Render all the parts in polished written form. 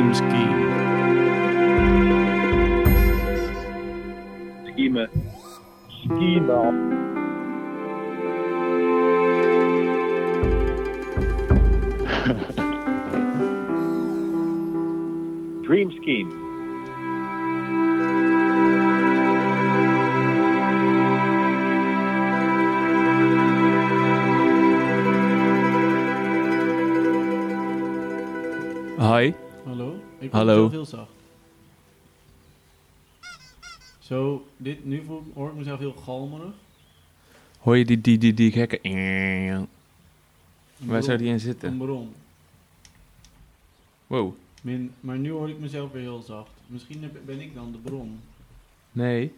Dream Scheme. Schema. Dream Scheme. Hi. Hallo? Ik Hallo. hoor mezelf heel zacht. Zo, nu hoor ik mezelf heel galmerig. Hoor je die gekke... Waar zou die in Een zitten? bron. Wow. Maar nu hoor ik mezelf weer heel zacht. Misschien ben ik dan de bron. Nee.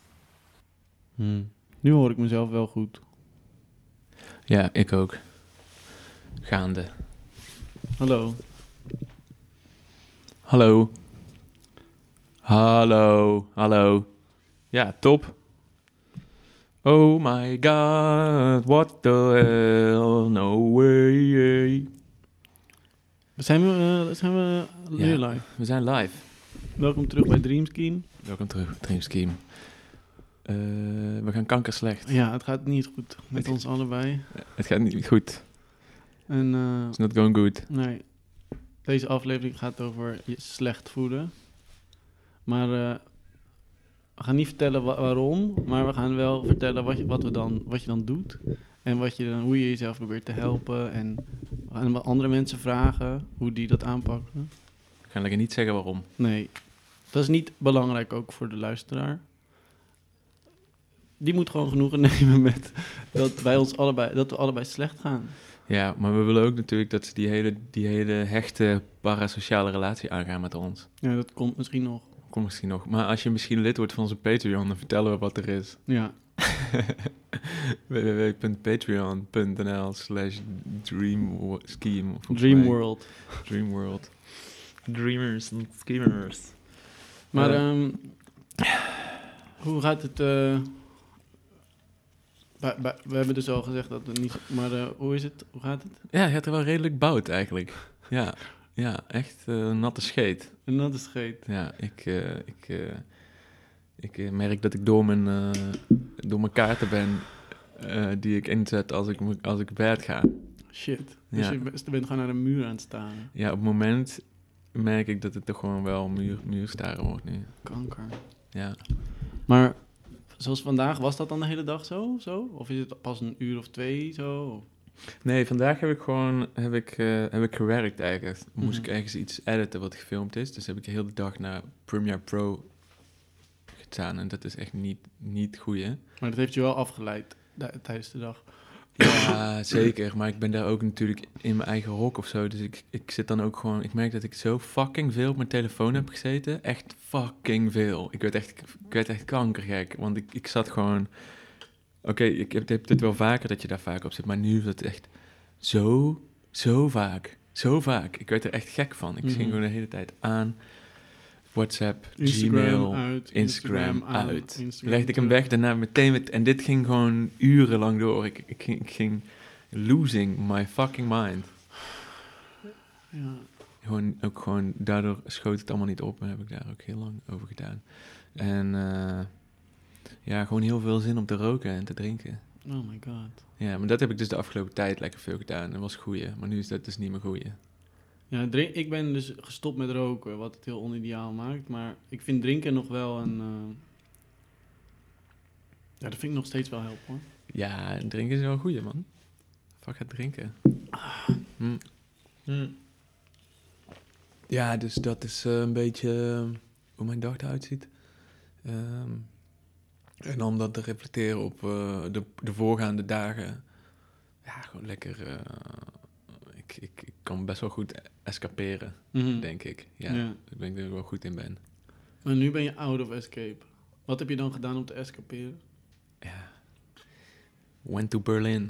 Nu hoor ik mezelf wel goed. Ja, ik ook. Gaande. Hallo. Hallo. Hallo. Hallo. Ja, top. Oh my god, what the hell, no way. Zijn we nu Ja. live? We zijn live. Welkom terug bij Dream Scheme. Welkom terug, Dream Scheme. We gaan kankerslecht. Ja, het gaat niet goed met ons allebei. Het gaat niet goed. En It's not going good. nee, deze aflevering gaat over je slecht voelen. Maar we gaan niet vertellen waarom, maar we gaan wel vertellen wat je dan doet. En hoe je jezelf probeert te helpen. En we gaan andere mensen vragen hoe die dat aanpakken. Ik ga lekker niet zeggen waarom. Nee, dat is niet belangrijk ook voor de luisteraar. Die moet gewoon genoegen nemen met dat we allebei slecht gaan. Ja, maar we willen ook natuurlijk dat ze die hele hechte parasociale relatie aangaan met ons. Ja, dat komt misschien nog. Komt misschien nog. Maar als je misschien lid wordt van onze Patreon, dan vertellen we wat er is. Ja. www.patreon.nl/dreamscheme. Dreamworld. Dreamworld. Dreamers en schemers. Maar hoe gaat het? We hebben dus al gezegd dat het niet... Maar hoe is het? Hoe gaat het? Ja, je hebt er wel redelijk bout eigenlijk. Ja, echt natte scheet. Een natte scheet. Ja, ik merk dat ik door mijn kaarten ben die ik inzet als ik bed ga. Shit. Dus Ja. je bent gewoon naar een muur aan het staan. Ja, op het moment merk ik dat het toch gewoon wel muurstaren wordt nu. Kanker. Ja. Maar zoals vandaag, was dat dan de hele dag zo? Of is het pas een uur of 2 zo? Nee, vandaag heb ik gewerkt eigenlijk. Moest ik ergens iets editen wat gefilmd is. Dus heb ik de hele dag naar Premiere Pro gedaan. En dat is echt niet goed, hè? Maar dat heeft je wel afgeleid tijdens de dag. Ja, zeker. Maar ik ben daar ook natuurlijk in mijn eigen hok of zo. Dus ik zit dan ook gewoon... Ik merk dat ik zo fucking veel op mijn telefoon heb gezeten. Echt fucking veel. Ik werd echt kankergek. Want ik zat gewoon... Oké, ik heb dit wel vaker dat je daar vaak op zit. Maar nu is het echt zo vaak. Zo vaak. Ik werd er echt gek van. Ik ging gewoon de hele tijd aan. WhatsApp, Gmail, Instagram uit. Legde ik hem weg, daarna meteen... En dit ging gewoon urenlang door. Ik ging losing my fucking mind. Ja. Gewoon daardoor schoot het allemaal niet op. En heb ik daar ook heel lang over gedaan. En gewoon heel veel zin om te roken en te drinken. Oh my god. Ja, maar dat heb ik dus de afgelopen tijd lekker veel gedaan. Dat was goeie. Maar nu is dat dus niet meer goeie. Ja, ik ben dus gestopt met roken, wat het heel onideaal maakt. Maar ik vind drinken nog wel een... Ja, dat vind ik nog steeds wel helpen, hoor. Ja, drinken is wel een goeie, man. Fuck het drinken. Ja, dus dat is een beetje hoe mijn dag eruit ziet. En om dat te reflecteren op de voorgaande dagen. Ja, gewoon lekker... Ik kan best wel goed escaperen, denk ik. Ja. Ik denk dat ik er wel goed in ben. Maar nu ben je out of escape. Wat heb je dan gedaan om te escaperen? Ja. Went to Berlin.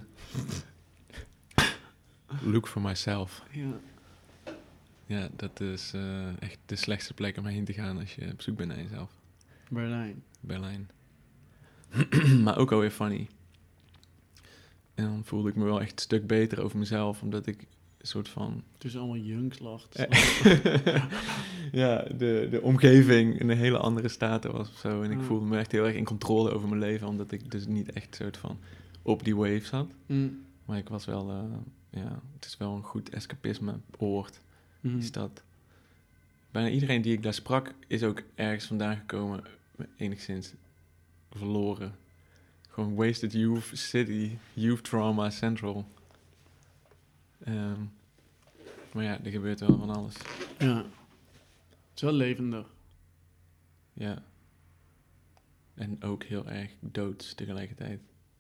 Look for myself. Ja. Ja, dat is echt de slechtste plek om heen te gaan als je op zoek bent naar jezelf. Berlijn. Maar ook alweer funny. En dan voelde ik me wel echt een stuk beter over mezelf, omdat ik een soort van... Tussen allemaal junks lacht. ja, de omgeving in een hele andere staat was of zo. En ik Ja. voelde me echt heel erg in controle over mijn leven, omdat ik dus niet echt soort van op die wave zat. Maar ik was wel, het is wel een goed escapisme oord, die stad. Bijna iedereen die ik daar sprak, is ook ergens vandaan gekomen, enigszins verloren. Gewoon wasted youth city, youth trauma central. Maar ja, er gebeurt wel van alles. Ja. Het is wel levendig. Ja. En ook heel erg doods tegelijkertijd.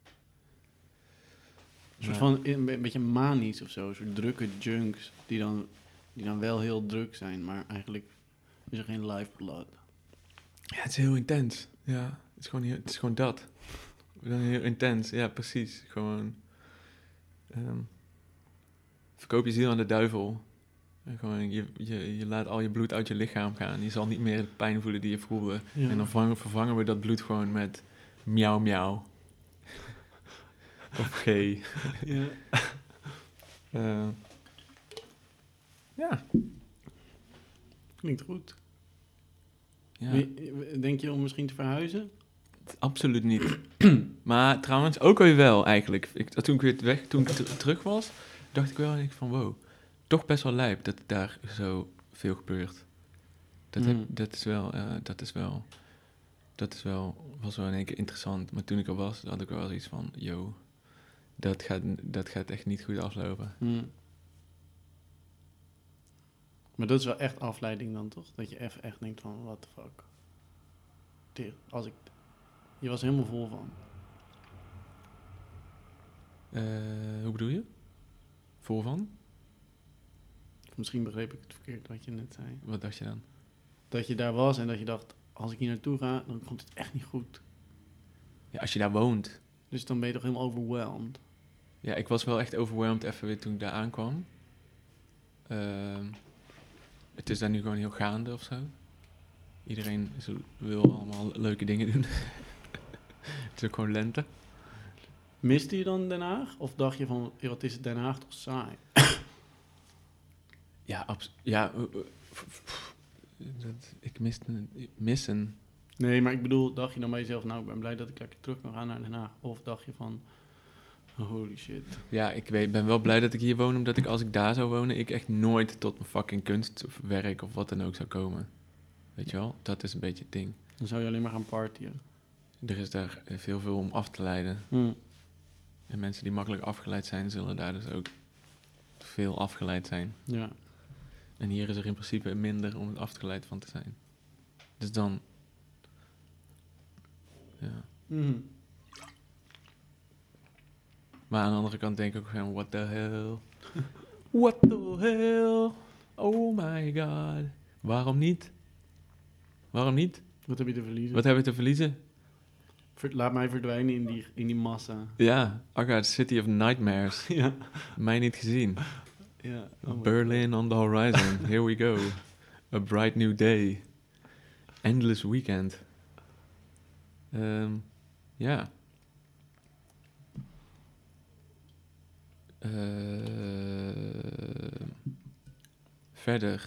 Een soort van een beetje manisch of zo. Een soort drukke junks die dan wel heel druk zijn, maar eigenlijk is er geen lifeblood. Ja, het is heel intens. Ja, het is gewoon dat. Dan heel intens, ja, precies. Gewoon verkoop je ziel aan de duivel. En gewoon, je laat al je bloed uit je lichaam gaan. Je zal niet meer de pijn voelen die je voelde. Ja. En dan vervangen we dat bloed gewoon met miauw miauw. Of G. Ja. Ja. Klinkt goed. Ja. Denk je om misschien te verhuizen? Absoluut niet. Maar trouwens, ook alweer wel eigenlijk. Toen ik terug was, dacht ik wel van wow, toch best wel lijp dat daar zo veel gebeurt. Was wel in één keer interessant. Maar toen ik er was, had ik wel zoiets van, yo, dat gaat echt niet goed aflopen. Maar dat is wel echt afleiding dan, toch? Dat je even echt denkt van, what the fuck. Je was er helemaal vol van. Hoe bedoel je? Vol van? Misschien begreep ik het verkeerd wat je net zei. Wat dacht je dan? Dat je daar was en dat je dacht, als ik hier naartoe ga, dan komt het echt niet goed. Ja, als je daar woont. Dus dan ben je toch helemaal overwhelmed. Ja, ik was wel echt overwhelmed even weer toen ik daar aankwam. Het is daar nu gewoon heel gaande of zo. Iedereen wil allemaal leuke dingen doen. Het is ook gewoon lente. Miste je dan Den Haag? Of dacht je van, wat is het Den Haag toch saai? Ja, ik missen. Nee, maar ik bedoel, dacht je dan bij jezelf, nou, ik ben blij dat ik lekker terug kan gaan naar Den Haag? Of dacht je van, holy shit. Ja, ben wel blij dat ik hier woon, omdat als ik daar zou wonen, ik echt nooit tot mijn fucking kunstwerk of wat dan ook zou komen. Weet je wel? Dat is een beetje het ding. Dan zou je alleen maar gaan partyen. Er is daar veel om af te leiden. En mensen die makkelijk afgeleid zijn, zullen daar dus ook veel afgeleid zijn. Ja. En hier is er in principe minder om het afgeleid van te zijn. Dus dan... Ja. Maar aan de andere kant denk ik ook van, what the hell? What the hell? Oh my god. Waarom niet? Waarom niet? Wat heb je te verliezen? Wat hebben we te verliezen? Laat mij verdwijnen in die massa. Ja, Aga, City of Nightmares. Ja. Mij niet gezien. Ja. Berlin on the horizon. Here we go. A bright new day. Endless weekend. Ja. Verder.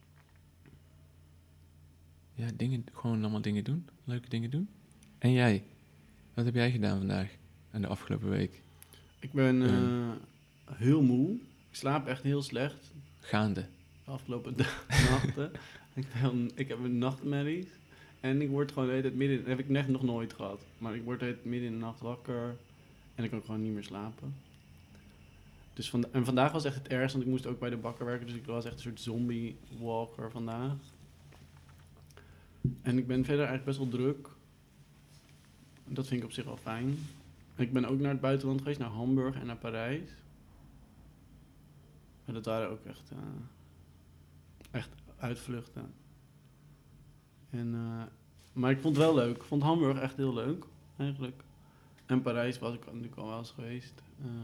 Ja, gewoon allemaal dingen doen. Leuke dingen doen. En jij? Wat heb jij gedaan vandaag en de afgelopen week? Ik ben heel moe. Ik slaap echt heel slecht. Gaande. De afgelopen nachten. Ik heb een nachtmerries. En ik word gewoon de hele tijd dat heb ik net nog nooit gehad. Maar ik word midden in de nacht wakker. En ik kan gewoon niet meer slapen. Dus en vandaag was echt het ergst, want ik moest ook bij de bakker werken. Dus ik was echt een soort zombie walker vandaag. En ik ben verder eigenlijk best wel druk. Dat vind ik op zich wel fijn. Ik ben ook naar het buitenland geweest, naar Hamburg en naar Parijs. En dat waren ook echt uitvluchten. Maar ik vond het wel leuk. Ik vond Hamburg echt heel leuk, eigenlijk. En Parijs was ik natuurlijk al wel eens geweest.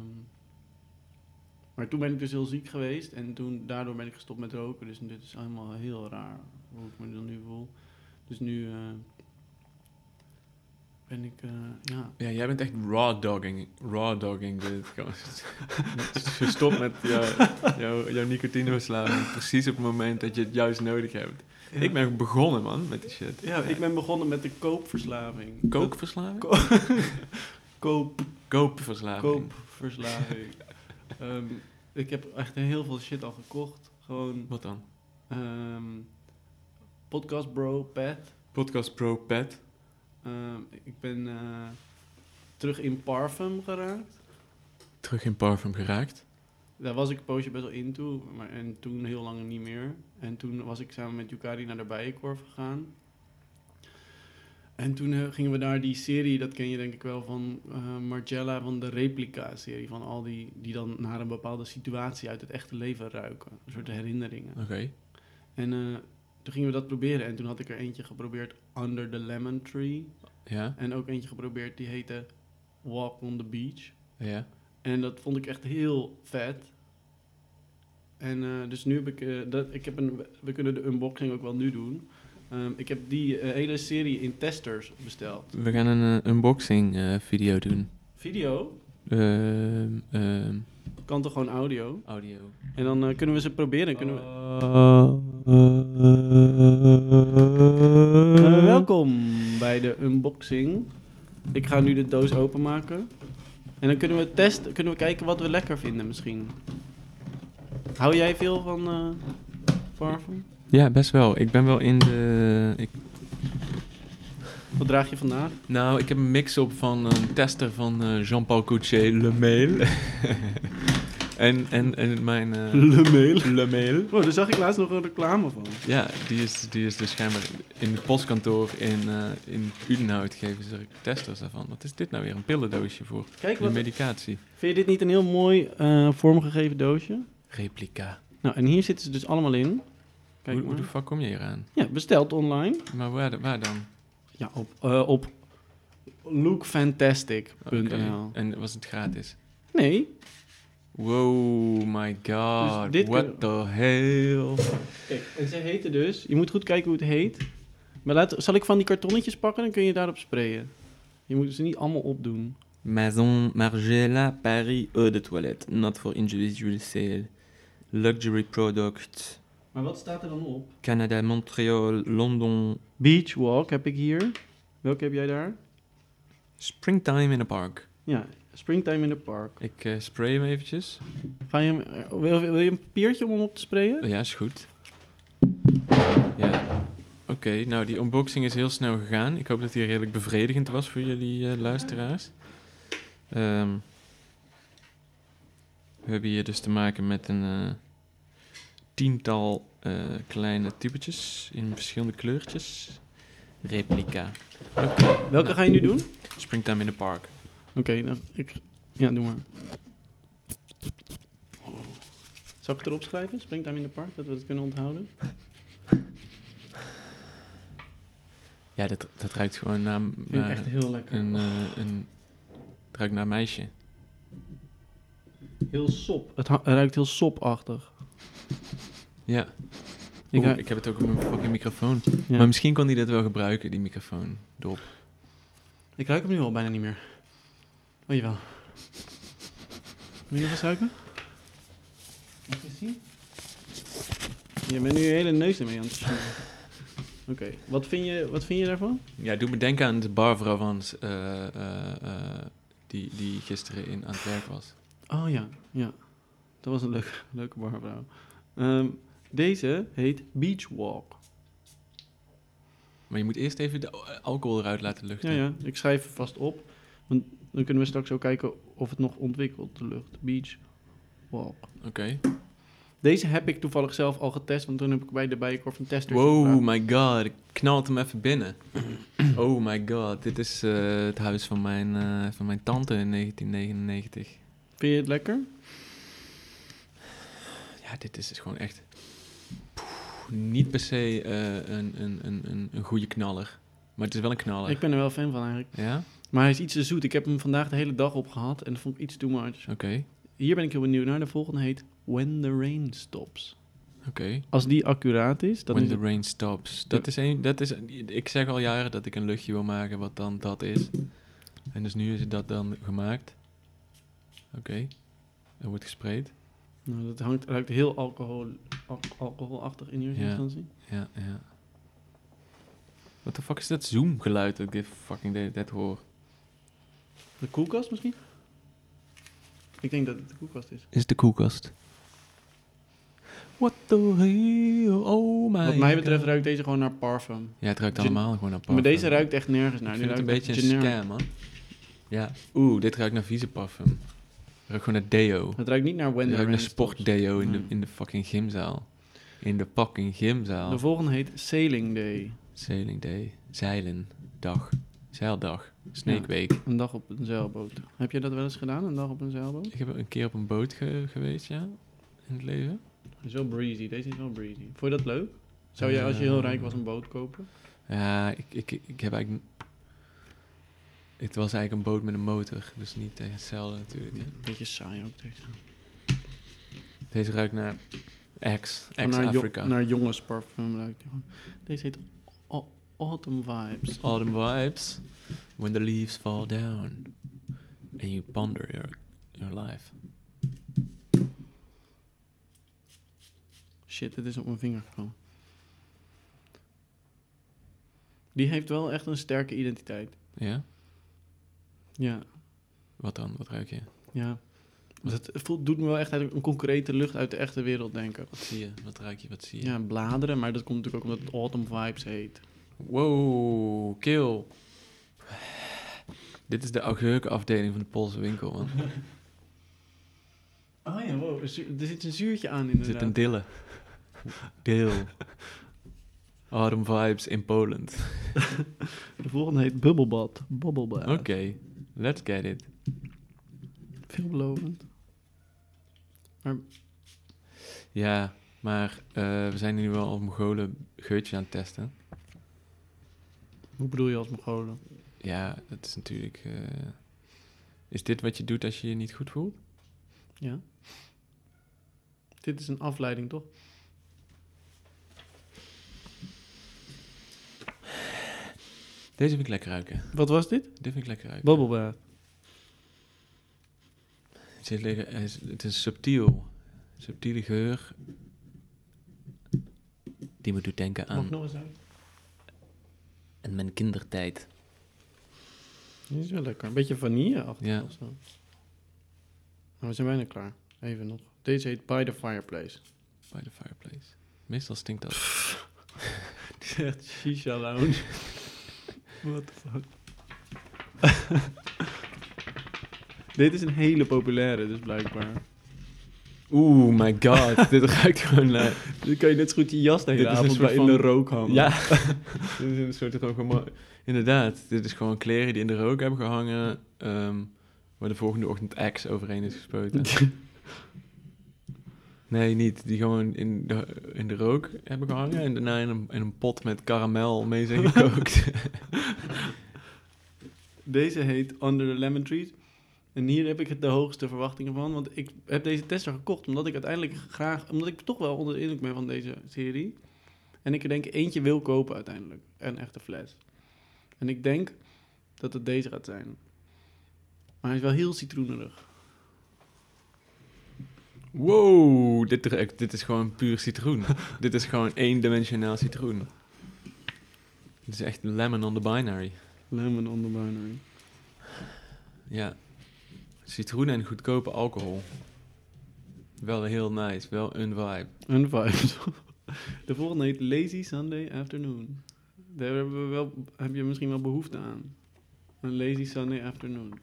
Maar toen ben ik dus heel ziek geweest. En daardoor ben ik gestopt met roken. Dus dit is helemaal heel raar hoe ik me dan nu voel. Dus nu ben ik, ja... Ja, jij bent echt raw dogging dit. Gestopt met jouw nicotineverslaving. Precies op het moment dat je het juist nodig hebt. Ik ben begonnen, man, met die shit. Ja, ik ben begonnen met de koopverslaving. Kookverslaving? Koopverslaving. Koopverslaving. Ik heb echt heel veel shit al gekocht. Gewoon Wat dan? Podcast Bro, Pat. Podcast Pro Pet. Ik ben terug in parfum geraakt. Terug in parfum geraakt. Daar was ik een poosje best wel into, en toen heel lang niet meer. En toen was ik samen met Yukari naar de Bijenkorf gegaan. En toen gingen we daar die serie, dat ken je denk ik wel, van Margiela, van de Replica-serie. Van al die dan naar een bepaalde situatie uit het echte leven ruiken. Een soort herinneringen. Oké. En toen gingen we dat proberen. En toen had ik er eentje geprobeerd, Under the Lemon Tree. Ja? En ook eentje geprobeerd, die heette Walk on the Beach. Ja. En dat vond ik echt heel vet. En dus nu heb we kunnen de unboxing ook wel nu doen. Ik heb die hele serie in testers besteld. We gaan een unboxing video doen. Video? Kan toch gewoon audio? Audio. En dan kunnen we ze proberen. Welkom bij de unboxing. Ik ga nu de doos openmaken. En dan kunnen we testen, kunnen we kijken wat we lekker vinden misschien. Hou jij veel van parfum? Ja, best wel. Ik ben wel in de... Wat draag je vandaag? Nou, ik heb een mix-up van een tester van Jean-Paul Gaultier Le Mail. en mijn... Le Mail. Oh, daar zag ik laatst nog een reclame van. Ja, die is dus schijnbaar in het postkantoor in Udenhout geven ze testers daarvan. Wat is dit nou weer? Een pillendoosje voor Kijk, de wat medicatie. vind je dit niet een heel mooi vormgegeven doosje? Replica. Nou, en hier zitten ze dus allemaal in. Kijk Hoe de maar. fuck kom je hier aan? Ja, besteld online. Maar waar dan? Ja, op lookfantastic.nl. Oké. En was het gratis? Nee. Wow, my god. Dus dit What the hell? Kijk, en ze heten dus... Je moet goed kijken hoe het heet. Maar zal ik van die kartonnetjes pakken? Dan kun je daarop sprayen. Je moet ze niet allemaal opdoen. Maison Margiela Paris Eau de Toilette. Not for individual sale. Luxury product. Maar wat staat er dan op? Canada, Montreal, London. Beach Walk heb ik hier. Welke heb jij daar? Springtime in a park. Ja, Springtime in the Park. Ik spray hem eventjes. Ga je hem, wil je een papiertje om hem op te sprayen? Oh, ja, is goed. Ja. Oké, nou die unboxing is heel snel gegaan. Ik hoop dat die redelijk bevredigend was voor jullie luisteraars. We hebben hier dus te maken met een tiental kleine tubetjes in verschillende kleurtjes. Replica. Welke ga je nu doen? Springtime in the Park. Oké, dan ja, doe maar. Zal ik het erop schrijven? Springtime in the Park, dat we het kunnen onthouden? Ja, dat ruikt gewoon naar... Vind ik echt heel lekker. Het ruikt naar een meisje. Heel sop. Het ruikt heel sopachtig. Ja. Ik heb het ook op mijn fucking microfoon. Ja. Maar misschien kon hij dat wel gebruiken, die microfoon. Dop. Ik ruik hem nu al bijna niet meer. Oh, jawel. Wil je nog eens ruiken? Mag je zien? Je bent nu je hele neus ermee aan het snoeren. Oké, wat vind je daarvan? Ja, doe me denken aan de barvrouw van die gisteren aan het werk was. Oh ja. Dat was een leuke barvrouw. Deze heet Beach Walk. Maar je moet eerst even de alcohol eruit laten luchten. Ja, ik schrijf het vast op. Want dan kunnen we straks ook kijken of het nog ontwikkelt, de lucht. Beach Walk. Oké. Deze heb ik toevallig zelf al getest, want toen heb ik bij de Bijenkorf een tester Wow, gevraagd. my god. Ik knalt hem even binnen. Oh my god. Dit is het huis van mijn tante in 1999. Vind je het lekker? Ja, dit is dus gewoon echt... niet per se een goede knaller. Maar het is wel een knaller. Ik ben er wel fan van eigenlijk. Ja? Maar hij is iets te zoet. Ik heb hem vandaag de hele dag opgehad en dat vond ik iets too much. Oké. Hier ben ik heel benieuwd naar. De volgende heet When the Rain Stops. Oké. Als die accuraat is, dan When is the het... rain stops. Ik zeg al jaren dat ik een luchtje wil maken wat dan dat is. En dus nu is dat dan gemaakt. Oké. Er wordt gespreid. Nou, dat ruikt heel alcoholachtig in eerste Ja. instantie. Ja. What the fuck is dat zoomgeluid dat ik dit fucking de hele tijd hoor? De koelkast misschien? Ik denk dat het de koelkast is. Is het de koelkast? What the hell? Oh my Wat mij betreft God. ruikt deze gewoon naar parfum. Ja, het ruikt Gen- allemaal gewoon naar parfum. Maar deze ruikt echt nergens naar. Ik Die vind het een ruikt beetje een generic. scam, man. Ja. Oeh, dit ruikt naar vieze parfum. Het ruikt gewoon naar deo. Het ruikt niet naar Het Wendy ruikt naar Ranch. sportdeo Nee. in de fucking gymzaal. In de fucking gymzaal. De volgende heet Sailing Day. Sailing day. Zeilendag. Zeildag. Snake Week. Een dag op een zeilboot. Heb jij dat wel eens gedaan, een dag op een zeilboot? Ik heb een keer op een boot geweest, ja. In het leven. Het is wel breezy. Deze is wel breezy. Vond je dat leuk? Zou jij als je heel rijk was een boot kopen? Ja, ik heb eigenlijk... Het was eigenlijk een boot met een motor. Dus niet hetzelfde natuurlijk. Hè. Beetje saai ook deze. Deze ruikt naar Naar, Africa. naar jongensparfum ruikt die gewoon. Deze heet Autumn Vibes. Autumn vibes. When the leaves fall down. And you ponder your life. Shit, het is op mijn vinger gekomen. Die heeft wel echt een sterke identiteit. Ja? Ja, Wat dan? Wat ruik je? ja. Doet me wel echt uit een concrete lucht uit de echte wereld denken. Wat zie je? Wat ruik je? Wat zie je? Ja, bladeren, maar dat komt natuurlijk ook omdat het Autumn Vibes heet. Wow, kill. Dit is de augurkenafdeling van de Poolse winkel, man. Oh ja, wow. Er zit een zuurtje aan Er inderdaad. zit een dille. Deel. Autumn vibes in Poland. De volgende heet Bubblebath. Bubblebath. Oké, let's get it. Veelbelovend. Maar Ja, maar we zijn nu wel op Mongolen geurtje aan het testen. hoe bedoel je als Mongolen? Ja, dat is natuurlijk... is dit wat je doet als je je niet goed voelt? Ja. Dit is een afleiding, toch? Deze vind ik lekker ruiken. Wat was dit? Dit vind ik lekker ruiken. Bubblebath. Het is subtiel. Subtiele geur. Die me doet denken Mag ik aan, nog eens uit? aan mijn kindertijd. Die is wel lekker. Een beetje vanille-achtig Ja. of zo. Nou, we zijn bijna klaar. Even nog. Deze heet By the Fireplace. By the fireplace. Meestal stinkt dat. Die is echt shisha lounge. What the fuck? Dit is een hele populaire, dus blijkbaar. Oeh, my god. Dit ruikt gewoon... Dan kan je net zo goed je jas de hele Dit is een avond soort bij in van- de rook hangen. Ja. Dit is een soort van... Inderdaad. Dit is gewoon kleren die in de rook hebben gehangen. Waar de volgende ochtend Axe overheen is gespoten. Nee, niet. Die gewoon in de rook hebben gehangen. En daarna in een pot met karamel mee zijn gekookt. Deze heet Under the Lemon Trees. En hier heb ik de hoogste verwachtingen van. Want ik heb deze tester gekocht omdat ik uiteindelijk omdat ik toch wel onder de indruk ben van deze serie. En ik er denk eentje wil kopen uiteindelijk. Een echte fles. En ik denk dat het deze gaat zijn. Maar hij is wel heel citroenerig. Wow, dit is gewoon puur citroen. Dit is gewoon eendimensionaal citroen. Dit is echt lemon on the binary. Lemon on the binary. Ja. Citroen en goedkope alcohol. Wel heel nice, wel een vibe. Een vibe. De volgende heet Lazy Sunday Afternoon. Daar heb je misschien wel behoefte aan. Een Lazy Sunday Afternoon.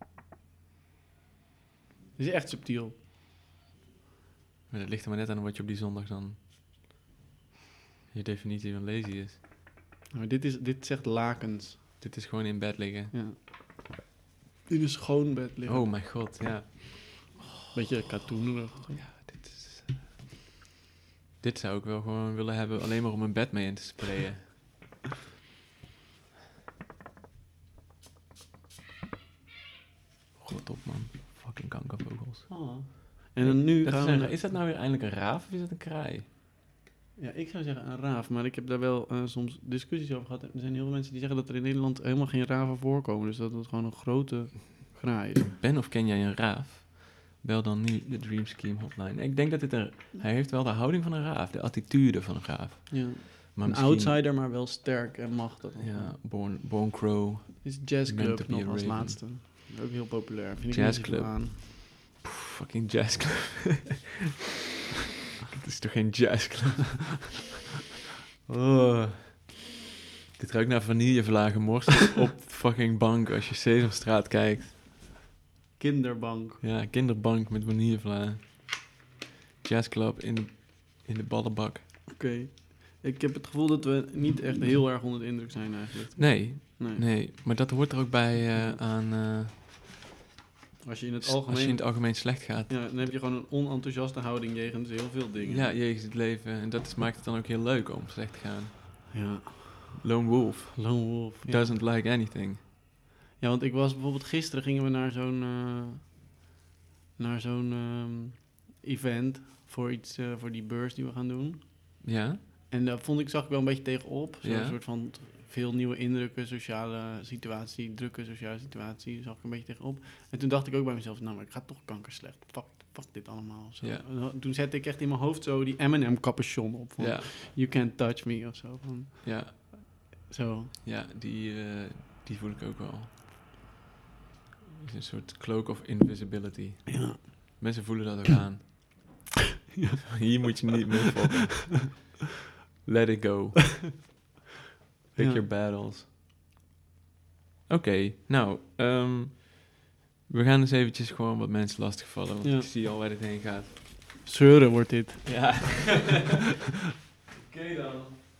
Het is echt subtiel. Maar dat ligt er maar net aan wat je op die zondag dan... je definitie van lazy is. Nou, dit zegt lakens. Dit is gewoon in bed liggen. Ja. In een schoon bed liggen. Oh mijn god, ja. Beetje katoenerig. Ja, dit is... dit zou ik wel gewoon willen hebben, alleen maar om mijn bed mee in te sprayen. God op man, fucking kankervogels. Oh. En dan nu Dat gaan we... is dat nou weer eindelijk een raaf of is dat een kraai? Ja, ik zou zeggen een raaf, maar ik heb daar wel soms discussies over gehad. Er zijn heel veel mensen die zeggen dat er in Nederland helemaal geen raven voorkomen. Dus dat het gewoon een grote graai is. Ben of ken jij een raaf? Bel dan nu de Dream Scheme hotline. Ik denk dat hij heeft wel de houding van een raaf, de attitude van een raaf. Ja. Maar Een misschien, outsider, maar wel sterk en machtig. Ja, Born Crow. Is Jazz Meant Club to be nog a als Raven. laatste. Ook heel populair. Vind ik Jazz niet zoveel Club. aan. Fucking jazzclub. Het is toch geen jazzclub? Oh. Dit ruikt naar vanillevlagen mors op fucking bank als je Sesamstraat kijkt. Kinderbank. Ja, kinderbank met vanillevlagen. Jazzclub in de ballenbak. Oké. Ik heb het gevoel dat we niet echt heel erg onder de indruk zijn eigenlijk. Nee, maar dat hoort er ook bij aan Als je in het als je in algemeen... het algemeen slecht gaat. Ja, dan heb je gewoon een onenthousiaste houding jegens heel veel dingen. Ja, jegens het leven. En dat maakt het dan ook heel leuk om slecht te gaan. Ja. Lone Wolf. Lone Wolf. Ja. Doesn't like anything. Ja, want ik was bijvoorbeeld gisteren gingen we naar zo'n event voor iets voor die beurs die we gaan doen. Ja? En daar zag ik wel een beetje tegenop. Zo'n Ja. soort van veel nieuwe indrukken, sociale situatie, drukke sociale situatie, zag ik een beetje tegenop. En toen dacht ik ook bij mezelf, nou, maar ik ga toch kankerslecht. Fuck dit allemaal. Zo. Ja. En toen zette ik echt in mijn hoofd zo die M&M capuchon op. Van, Ja. You can't touch me of zo. Van, Ja. zo. Ja, die voel ik ook wel. Het is een soort cloak of invisibility. Ja. Mensen voelen dat ook aan. Ja. Hier moet je niet mee fokken. Let it go. Pick Ja. your battles. Oké, nou, we gaan eens eventjes gewoon wat mensen lastigvallen, want Ja. ik zie al waar dit heen gaat. Zeuren wordt dit. Ja. Oké dan.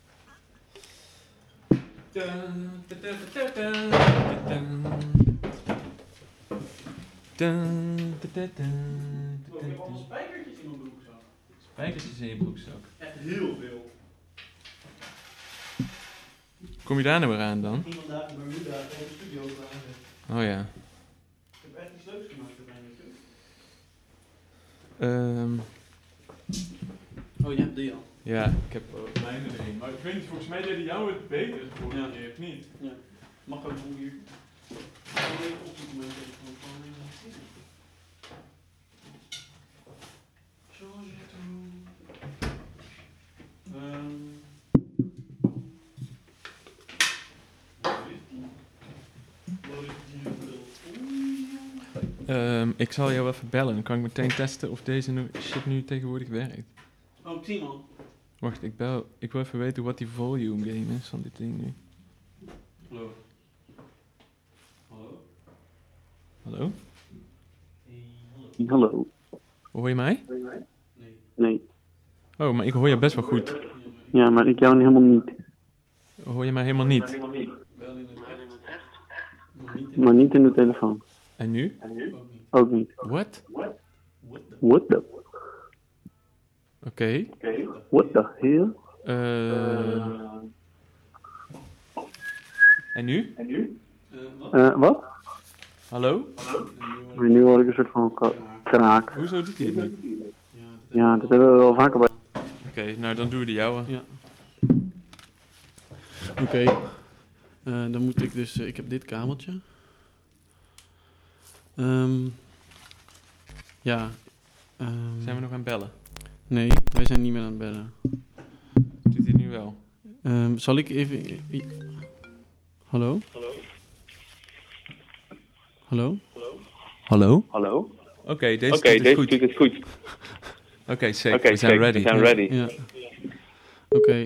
spijkertjes in mijn broekzak. Spijkertjes in je broekzak. Echt heel veel. Kom je daar nou weer aan dan? Iemand daar in Bermuda tegen de studio aanzet. Oh ja. Ik heb echt iets leuks gemaakt uiteindelijk. Oh, je hebt die al. Ja, ik heb mijne erin. Maar ik weet niet, volgens mij deden jou het beter de vorige keer, of niet? Ja. Mag ook om hier. Ik ga even opzoeken mijn telefoon. Ik zal jou even bellen. Dan kan ik meteen testen of deze shit nu tegenwoordig werkt. Oh, Timo. Wacht, ik bel. Ik wil even weten wat die volume gain is van dit ding nu. Hallo. Hallo. Hallo? Hey, hallo. Hallo. Hoor je mij? Nee. Nee. Oh, maar ik hoor je best wel goed. Ja, maar ik jou helemaal niet. Hoor je mij helemaal niet? Wel in het echt. Maar niet in de telefoon. En nu? Ook niet. Ook niet. What? What the? Oké. What the hell? En nu? Wat? Wat? Hallo? Maar nu hoor ik een soort van kraak. Hoezo doet hij het niet? Ja, dat hebben we wel vaker bij. Oké, nou dan doen we de jouwe. Ja. Oké. Dan moet ik dus... ik heb dit kabeltje. Ja. Zijn we nog aan het bellen? Nee, wij zijn niet meer aan het bellen. Doet hij nu wel? Zal ik even... Hallo? Hallo? Hallo? Hallo? Oké, deze doet het goed. doet het goed. Oké, safe. We zijn ready. Ja. Oké.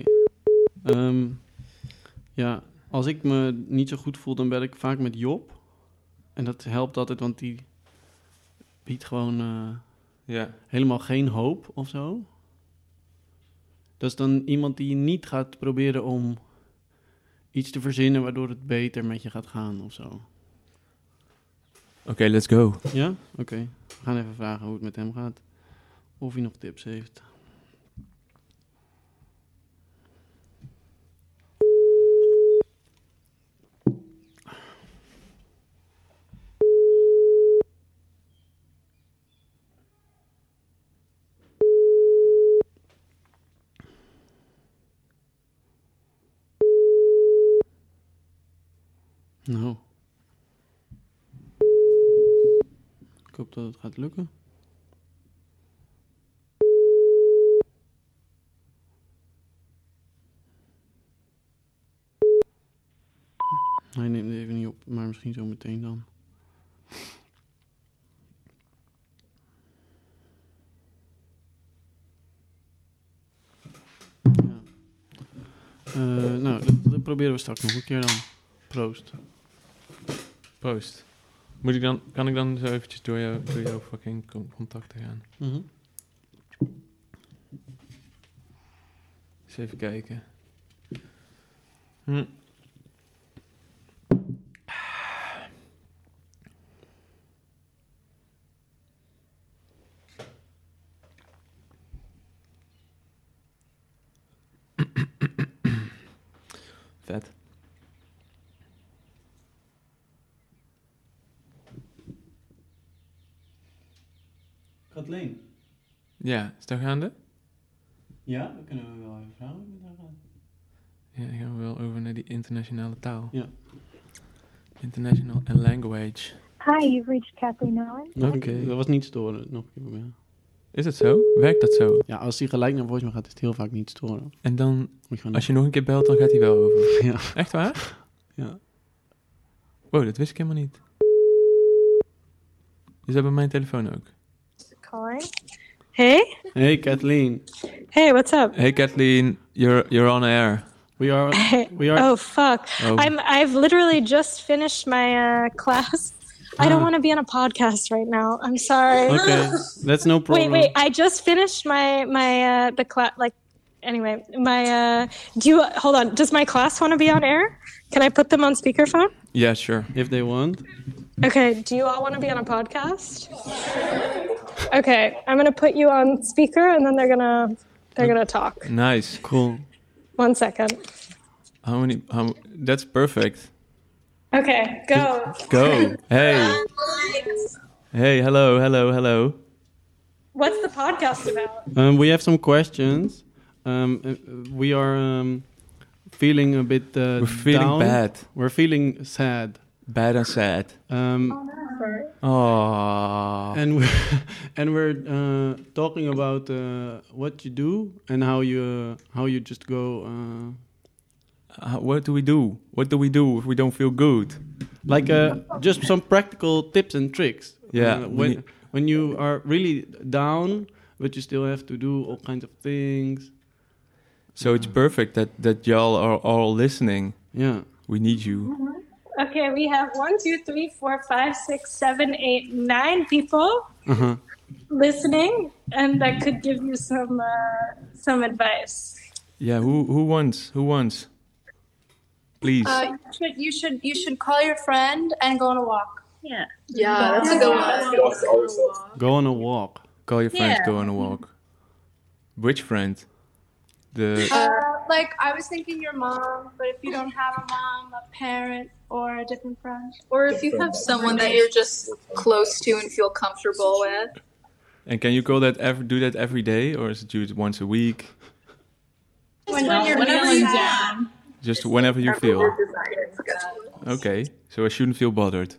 Ja, als ik me niet zo goed voel, dan bel ik vaak met Job. En dat helpt altijd, want die biedt gewoon Ja. helemaal geen hoop of zo. Dat is dan iemand die niet gaat proberen om iets te verzinnen waardoor het beter met je gaat gaan of zo. Oké, let's go. Ja? Oké. We gaan even vragen hoe het met hem gaat. Of hij nog tips heeft. Nou. Ik hoop dat het gaat lukken. Hij neemt het even niet op, maar misschien zo meteen dan. Ja. Nou, dat proberen we straks nog een keer dan. Proost. Proost. Kan ik dan zo eventjes door jouw fucking contacten gaan? Mhm. Eens even kijken. Vet. Kathleen? Ja, is dat gaande? Ja, dat kunnen we wel even vragen. Ja, dan gaan we wel over naar die internationale taal. Ja. International and language. Hi, you've reached Kathleen Allen. Oké. Dat was niet storen. Nog een keer, ja. Is het zo? Werkt dat zo? Ja, als hij gelijk naar voicemail gaat, is het heel vaak niet storen. En dan, Moet je gewoon als je nog een keer belt, dan gaat hij wel over. Ja. Echt waar? Ja. Wow, dat wist ik helemaal niet. Is dat bij mijn telefoon ook? Calling. Hey. Hey Kathleen, Hey, what's up? Hey Kathleen, you're on air. we are. Oh fuck! Oh. I've literally just finished my class. I don't want to be on a podcast right now. I'm sorry. Okay, that's no problem. Wait. I just finished my the class. Like, anyway, hold on? Does my class want to be on air? Can I put them on speakerphone? Yeah, sure. If they want. Okay. Do you all want to be on a podcast? Okay, I'm gonna put you on speaker, and then they're gonna talk. Nice. Cool. 1 second. That's perfect. Okay, go. Go. Hey. Hey, hello. What's the podcast about? We have some questions. We are feeling a bit We're feeling down. bad. We're feeling sad. Bad and sad. Oh. And we're talking about what you do and how you just go. What do we do? What do we do if we don't feel good? Like just some practical tips and tricks. Yeah, When you are really down, but you still have to do all kinds of things. So it's perfect that y'all are all listening. Yeah. We need you. Okay, we have 1, 2, 3, 4, 5, 6, 7, 8, 9 people listening, and that could give you some advice. Yeah, who wants? Please. You should call your friend and go on a walk. Yeah, that's a good one. Go on a walk. Call your friends, go on a walk. Which friend? Like, I was thinking your mom, but if you don't have a mom, a parent, or a different friend. Or if you have someone that you're just close to and feel comfortable with. And can you do that every day, or is it just once a week? Whenever you can. Just whenever you feel. Okay, so I shouldn't feel bothered.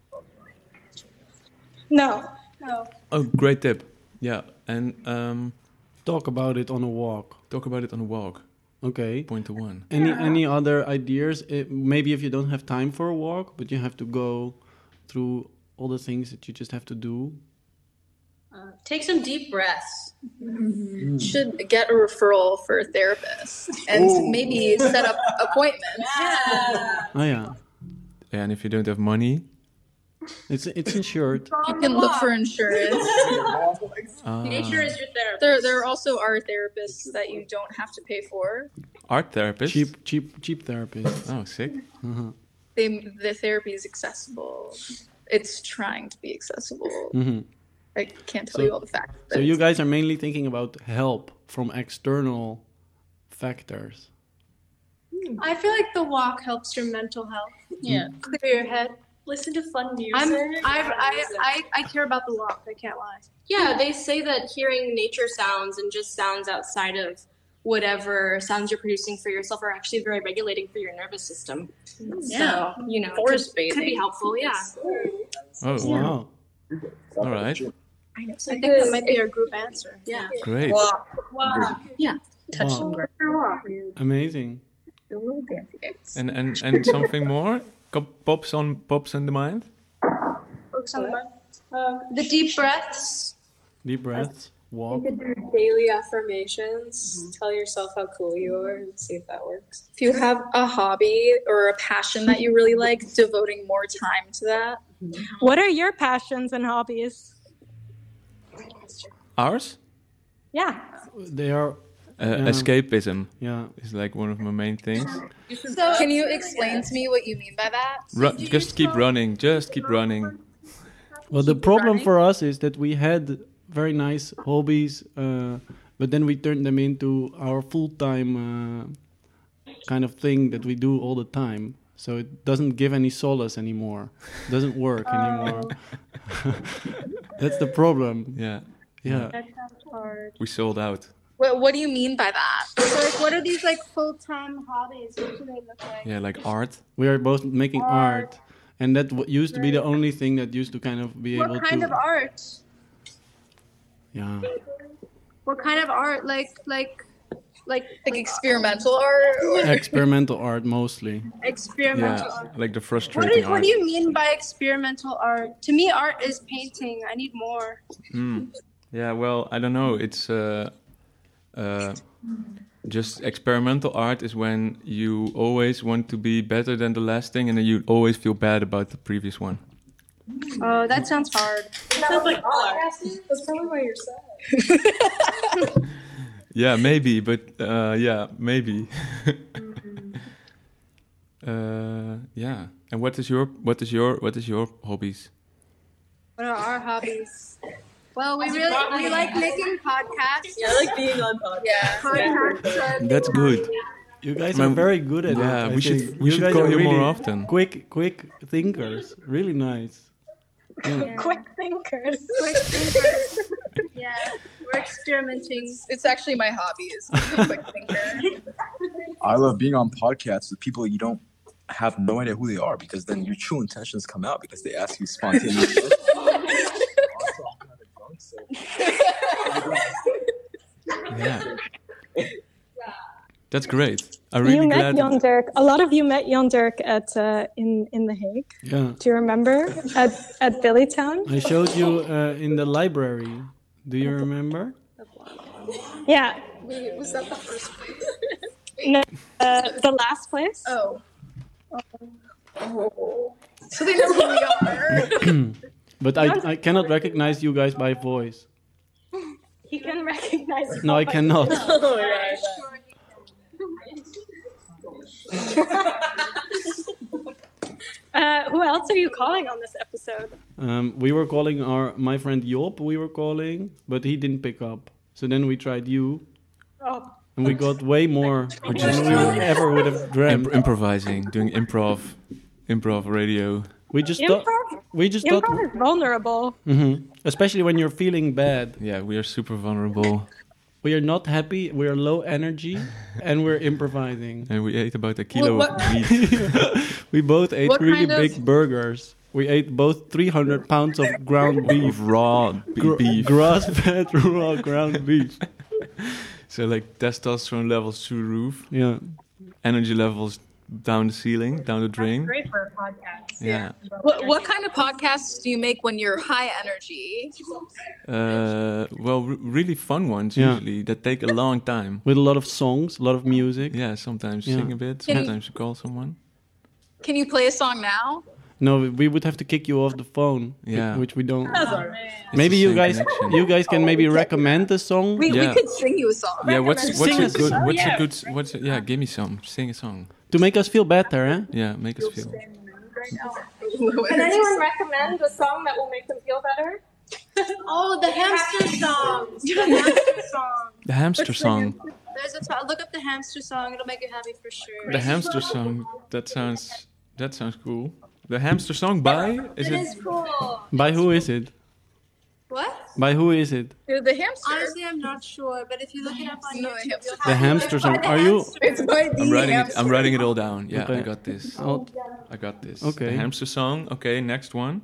No. Oh, great tip. Yeah, and Talk about it on a walk. talk about it on a walk. Okay. Point to one. Any other ideas? Maybe if you don't have time for a walk, but you have to go through all the things that you just have to do. Take some deep breaths. You should get a referral for a therapist and maybe set up appointments. Oh yeah, Yeah, and if you don't have money, it's insured. You can look for insurance. Nature is your therapist. There also are therapists that you don't have to pay for. art therapist. Cheap therapist. Oh, sick. The therapy is accessible. It's trying to be accessible. Mm-hmm. I can't tell you all the facts. So you guys are mainly thinking about help from external factors. I feel like the walk helps your mental health. Yeah. Clear your head. Listen to fun music. I care about the walk. I can't lie. Yeah, they say that hearing nature sounds and just sounds outside of whatever sounds you're producing for yourself are actually very regulating for your nervous system. Yeah. So, you know, Forest could be bathing. helpful, yeah. Oh, Wow. all right. I think that might be our group answer. Yeah. Great. Touch Wow. and grow. Amazing. The little dancing games. And something more? pops on the mind? The deep breaths. Deep breaths. You Walk. could do daily affirmations. Tell yourself how cool you are and see if that works. If you have a hobby or a passion that you really like, devoting more time to that. What are your passions and hobbies? Ours? Yeah. They are. Escapism Yeah. is like one of my main things. So, can you explain to me what you mean by that? Just keep running. Just keep running. Well, the problem for us is that we had very nice hobbies, but then we turned them into our full-time kind of thing that we do all the time. So it doesn't give any solace anymore. Doesn't work anymore. That's the problem. Yeah. Yeah. That sounds hard. We sold out. What do you mean by that? So, like, what are these like full-time hobbies? What do they look like? Yeah, like art. We are both making art. And that used to be the only thing that used to kind of be able to... What kind of art? Yeah. What kind of art? Like Experimental art? Or Experimental art mostly. experimental Yeah, art. like the What frustrating do art. you mean by experimental art? To me, art is painting. I need more. Yeah, well, I don't know. It's just experimental art is when you always want to be better than the last thing, and then you always feel bad about the previous one. Oh, that sounds hard. Sounds like all art. That's probably why you're sad. Yeah, maybe, but yeah, maybe. Yeah. And what is your hobbies? What are our hobbies? Well, we like making podcasts. Yeah, I like being on podcast. Podcasts. That's good. You guys are very good at Yeah, it. I we should think. we should guys call are you more really often. Quick thinkers. Really nice. Yeah. Quick thinkers. Quick thinkers. Yeah, we're experimenting. It's actually my hobby is being a quick thinker. I love being on podcasts with people you don't have no idea who they are, because then your true intentions come out because they ask you spontaneously. Yeah. That's great. I'm really You met glad. Jan Dirk. A lot of you met Jan Dirk at in The Hague. Yeah. Do you remember at Billytown? I showed you in the library. Do you remember? Yeah. Wait, was that the first place? No, the last place. Oh. So they know who we are. But I cannot recognize you guys by voice. He can recognize. No, I cannot. Oh, right. Who else are you calling on this episode? We were calling my friend Job. We were calling, but he didn't pick up. So then we tried you, Oh, and we got way more than we ever would have dreamt. Improvising, doing improv radio. We just thought. improv. We just thought. Improv is vulnerable. Especially when you're feeling bad. Yeah, we are super vulnerable, We are not happy. We are low energy, and we're improvising. and we ate about a kilo What- of meat. We both ate What really kind of- big burgers. We ate both 300 pounds of ground beef. Of raw beef. Grass-fed raw ground beef. So like testosterone levels through the roof, Yeah. energy levels down the ceiling, down the drain. Great for a podcast. Yeah. What kind of podcasts do you make when you're high energy? Well, really fun ones Yeah. usually that take a long time. With a lot of songs, a lot of music. Yeah, sometimes Yeah. sing a bit, Can you- sometimes you call someone. Can you play a song now? No, we would have to kick you off the phone. Yeah. Which we don't. That's all right. Maybe the you same guys, connection. you guys can maybe recommend a song. We Yeah. could sing you a song. Yeah, what's Sing a us a good song. yeah, give me some. Sing a song. To make us feel better, eh? Yeah, make us feel. Can anyone recommend a song that will make them feel better? Oh, the hamster song. The hamster song. The hamster song. There's look up the hamster song. It'll make you happy for sure. The hamster song. That sounds cool. The hamster song by is It it? is cool. By who is it? What? By who is it? The hamster. Honestly, I'm not sure, but if you look it up on No, YouTube, hamster. you'll The hamster song. Are you? It's by the hamster. I'm writing it all down. Yeah, Okay. I got this. Oh, I got this. Okay. The hamster song. Okay, next one.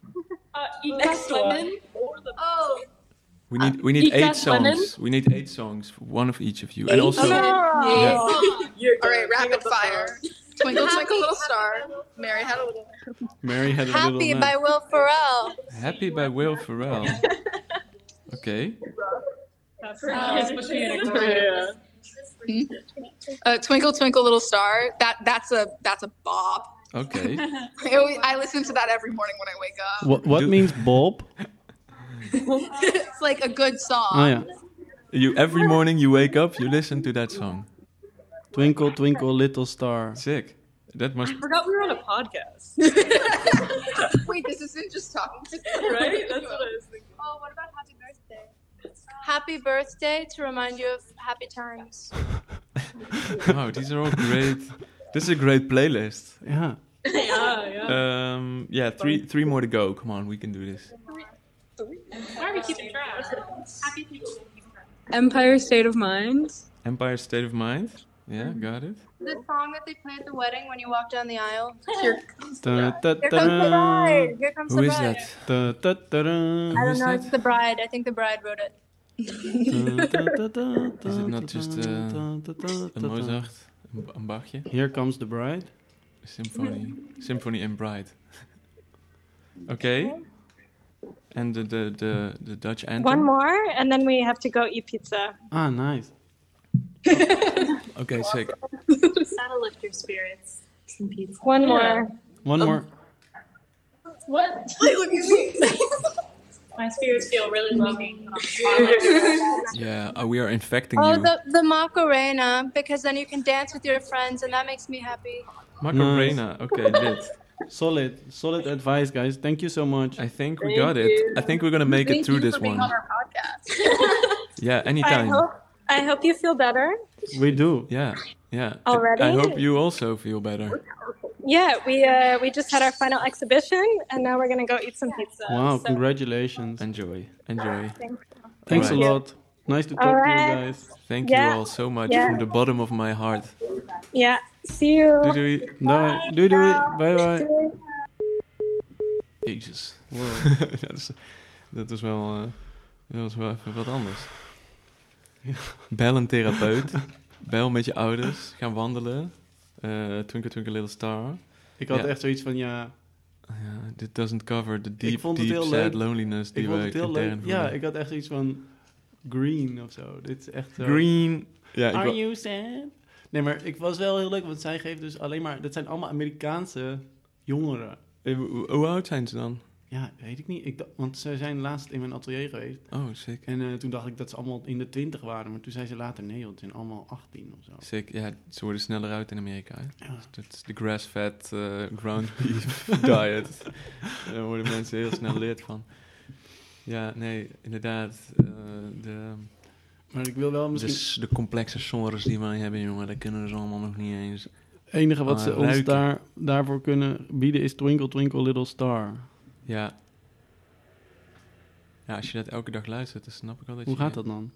Next one. Oh, We need 8 Ika's women? songs. We need 8 songs, one of each of you, and also All right, rapid fire. Twinkle, twinkle, little star. Mary had a little. Mary had a little Happy lamb. by Will Ferrell. Happy by Will Ferrell. Oké. Twinkle, twinkle, little star. That's a bop. Oké. I listen to that every morning when I wake up. What means Bob? It's like a good song. Oh ja. Every morning you wake up, you listen to that song. Twinkle, twinkle, little star. Sick. That must... I forgot we were on a podcast. Wait, this isn't just talking to Right? That's what I was thinking. Oh, what about happy birthday? Happy birthday to remind you of happy times. Wow, these are all great. This is a great playlist. Ja. Yeah, three more to go. Come on, we can do this. Why are we keeping track? Happy people. Empire State of Mind. Empire State of Mind. Yeah, got it. The song that they play at the wedding when you walk down the aisle. Here. Da, da, Here comes the da, bride. Here comes Who the is bride. that? da, da, da, da. I don't know. It's the bride. I think the bride wrote it. Is it not just een Mozart, een Bachje? Here comes the bride. Symphony and Bride. Okay. And the Dutch anthem. One more, and then we have to go eat pizza. Ah, nice. Okay, sick. That'll lift your spirits. Some pizza. One more. One more. What? Look at me. My spirits feel really loving. Yeah, we are infecting Oh, you. the Macarena, because then you can dance with your friends, and that makes me happy. Macarena. Okay, lit. Solid advice, guys. Thank you so much. I think we got it. I think we're gonna make it through this for being one. on our podcast. Yeah, anytime. I hope you feel better. We do. Yeah. Already? I hope you also feel better. Yeah, we just had our final exhibition, and now we're gonna go eat some pizza. Wow, So- Enjoy. congratulations. Thanks Alright. a lot. Nice to talk to you Alright. guys. Thank Yeah. you all so much Yeah. from the bottom of my heart. Yeah, see you. Doei doei. Doei. Doei doei. Bye bye. Jezus. Dat was wel even wat anders. Bel een therapeut. Bel met je ouders. Gaan wandelen. Twinkle Twinkle Little Star. Ik had Ja. echt zoiets van, ja... Dit doesn't cover the deep, vond het deep heel sad leuk. loneliness die Ik vond we het heel intern leuk. voelen. Ja, ik had echt zoiets van... Green of zo. Dit is echt zo... Green. Ja, Are you sad? Nee, maar ik was wel heel leuk, want zij geeft dus alleen maar... Dat zijn allemaal Amerikaanse jongeren. Hoe oud zijn ze dan? Ja, weet ik niet. Want ze zijn laatst in mijn atelier geweest. Oh, sick. En toen dacht ik dat ze allemaal in de 20 waren. Maar toen zei ze later, nee, het zijn allemaal 18 of zo. Sick. Ja, ze worden sneller uit in Amerika. Hè? Ja. Dat is de grass-fed ground beef diet. Daar worden mensen heel snel leerd van. Ja, nee, inderdaad. Maar ik wil wel misschien... De complexe genres die wij hebben, jongen, dat kunnen ze allemaal nog niet eens. Het enige wat ze ons ruiken. daarvoor kunnen bieden is Twinkle Twinkle Little Star. Ja. Ja, als je dat elke dag luistert, dan snap ik wel dat Hoe je... gaat dat dan?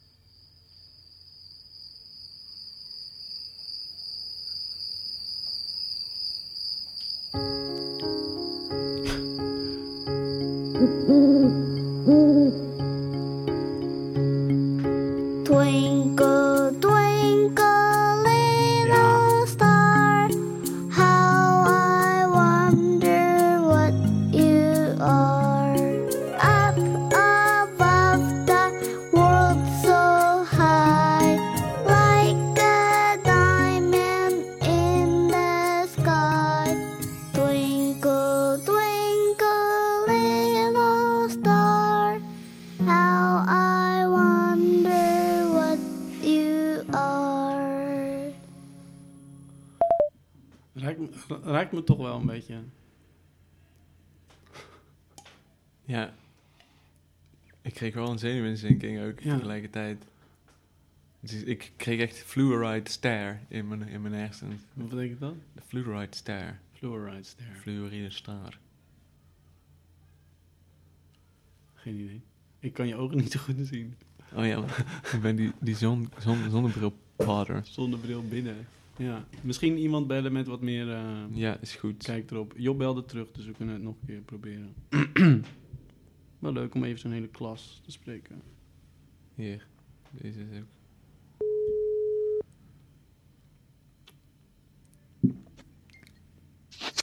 Twinkle, twinkle, little star, how I wonder what you are. Up above the world so high, like a diamond in the sky. Twinkle, twinkle, little star, how I wonder what you are. Raakt me toch wel een beetje. Ja. Ik kreeg wel een zenuwinzinking ook Ja. tegelijkertijd. Dus ik kreeg echt fluoride stare in mijn hersens. Wat betekent dat? De fluoride stare. Fluoride stare. Fluoride staar. Geen idee. Ik kan je ogen niet zo goed zien. Oh ja, want ik ben die zonnebril-pader. Zonnebril binnen. Ja. Misschien iemand bellen met wat meer... Ja, is goed. Kijk erop. Job belde terug, dus we kunnen het nog een keer proberen. Wel leuk om even zo'n hele klas te spreken. Hier, deze is ook.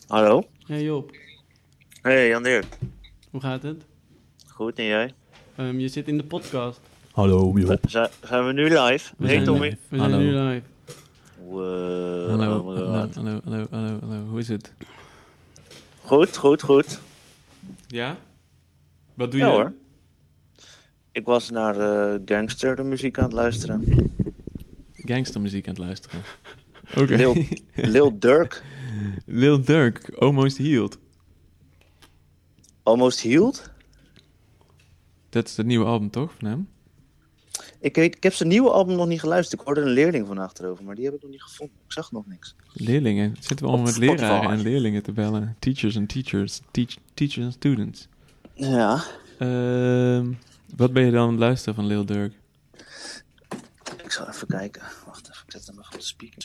Hallo? Hey Job, Hey Jan-Dirk. hoe gaat het? Goed, en jij? Je zit in de podcast. Hallo, Job. Zijn we nu live? We Hey zijn Tommy. live. We zijn nu live. Wow, Hallo, oh my hallo, God. hallo. Hoe is het? Goed. Ja? Wat doe je? Ja hoor. Ik was naar gangster de muziek aan het luisteren. Gangstermuziek aan het luisteren. Oké. Lil Durk. Lil Durk, Almost Healed. Almost Healed? Dat is het nieuwe album, toch, van hem? Ik heb zijn nieuwe album nog niet geluisterd. Ik hoorde een leerling van achterover, maar die heb ik nog niet gevonden. Ik zag nog niks. Leerlingen. Zitten we allemaal met Spotify. leraren en leerlingen te bellen. Teachers en teachers. Teachers en students. Ja. Wat ben je dan aan het luisteren van Lil Durk? Ik zal even kijken. Wacht even, ik zet hem even op de speaker.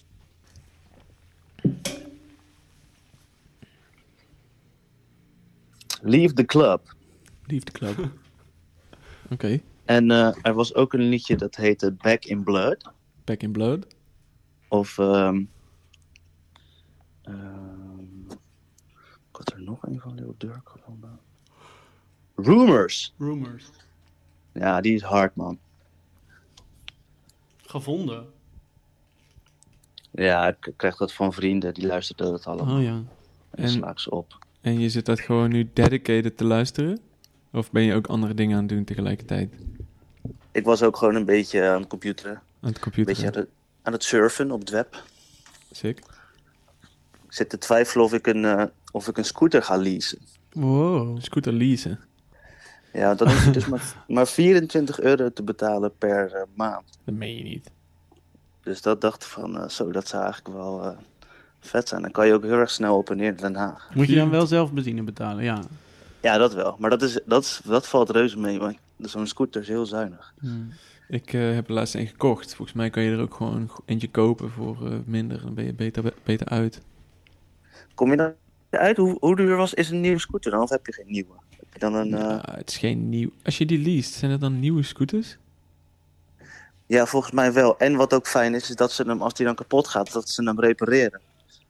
Leave the Club. Leave the Club. Oké. En er was ook een liedje dat heette Back in Blood. Back in Blood. Of ik had er nog een van Lil Durk gevonden. Rumors. Ja, die is hard, man. Gevonden? Ja, ik krijg dat van vrienden, die luisteren dat allemaal. Oh ja. En dan sla ik ze op. En je zit dat gewoon nu dedicated te luisteren? Of ben je ook andere dingen aan het doen tegelijkertijd? Ik was ook gewoon een beetje aan het computeren. Aan het computeren? Een beetje aan het surfen op het web. Sick. Ik zit te twijfelen of ik een scooter ga leasen. Wow. Scooter leasen? Ja, dan hoef je dus maar €24 te betalen per maand. Dat meen je niet. Dus dat dacht ik van, dat zou eigenlijk wel vet zijn. Dan kan je ook heel erg snel op en neer naar Den Haag. Moet je dan wel zelf benzine betalen? Ja. Ja, dat wel. Maar dat valt reuze mee, want zo'n scooter is heel zuinig. Ik heb er laatst een gekocht. Volgens mij kan je er ook gewoon eentje kopen voor minder. Dan ben je beter uit. Kom je dan uit? Hoe duur is een nieuwe scooter dan? Of heb je geen nieuwe? Heb je dan een... Ja, het is geen nieuw... Als je die leest, zijn het dan nieuwe scooters? Ja, volgens mij wel. En wat ook fijn is dat ze hem, als die dan kapot gaat, dat ze hem repareren.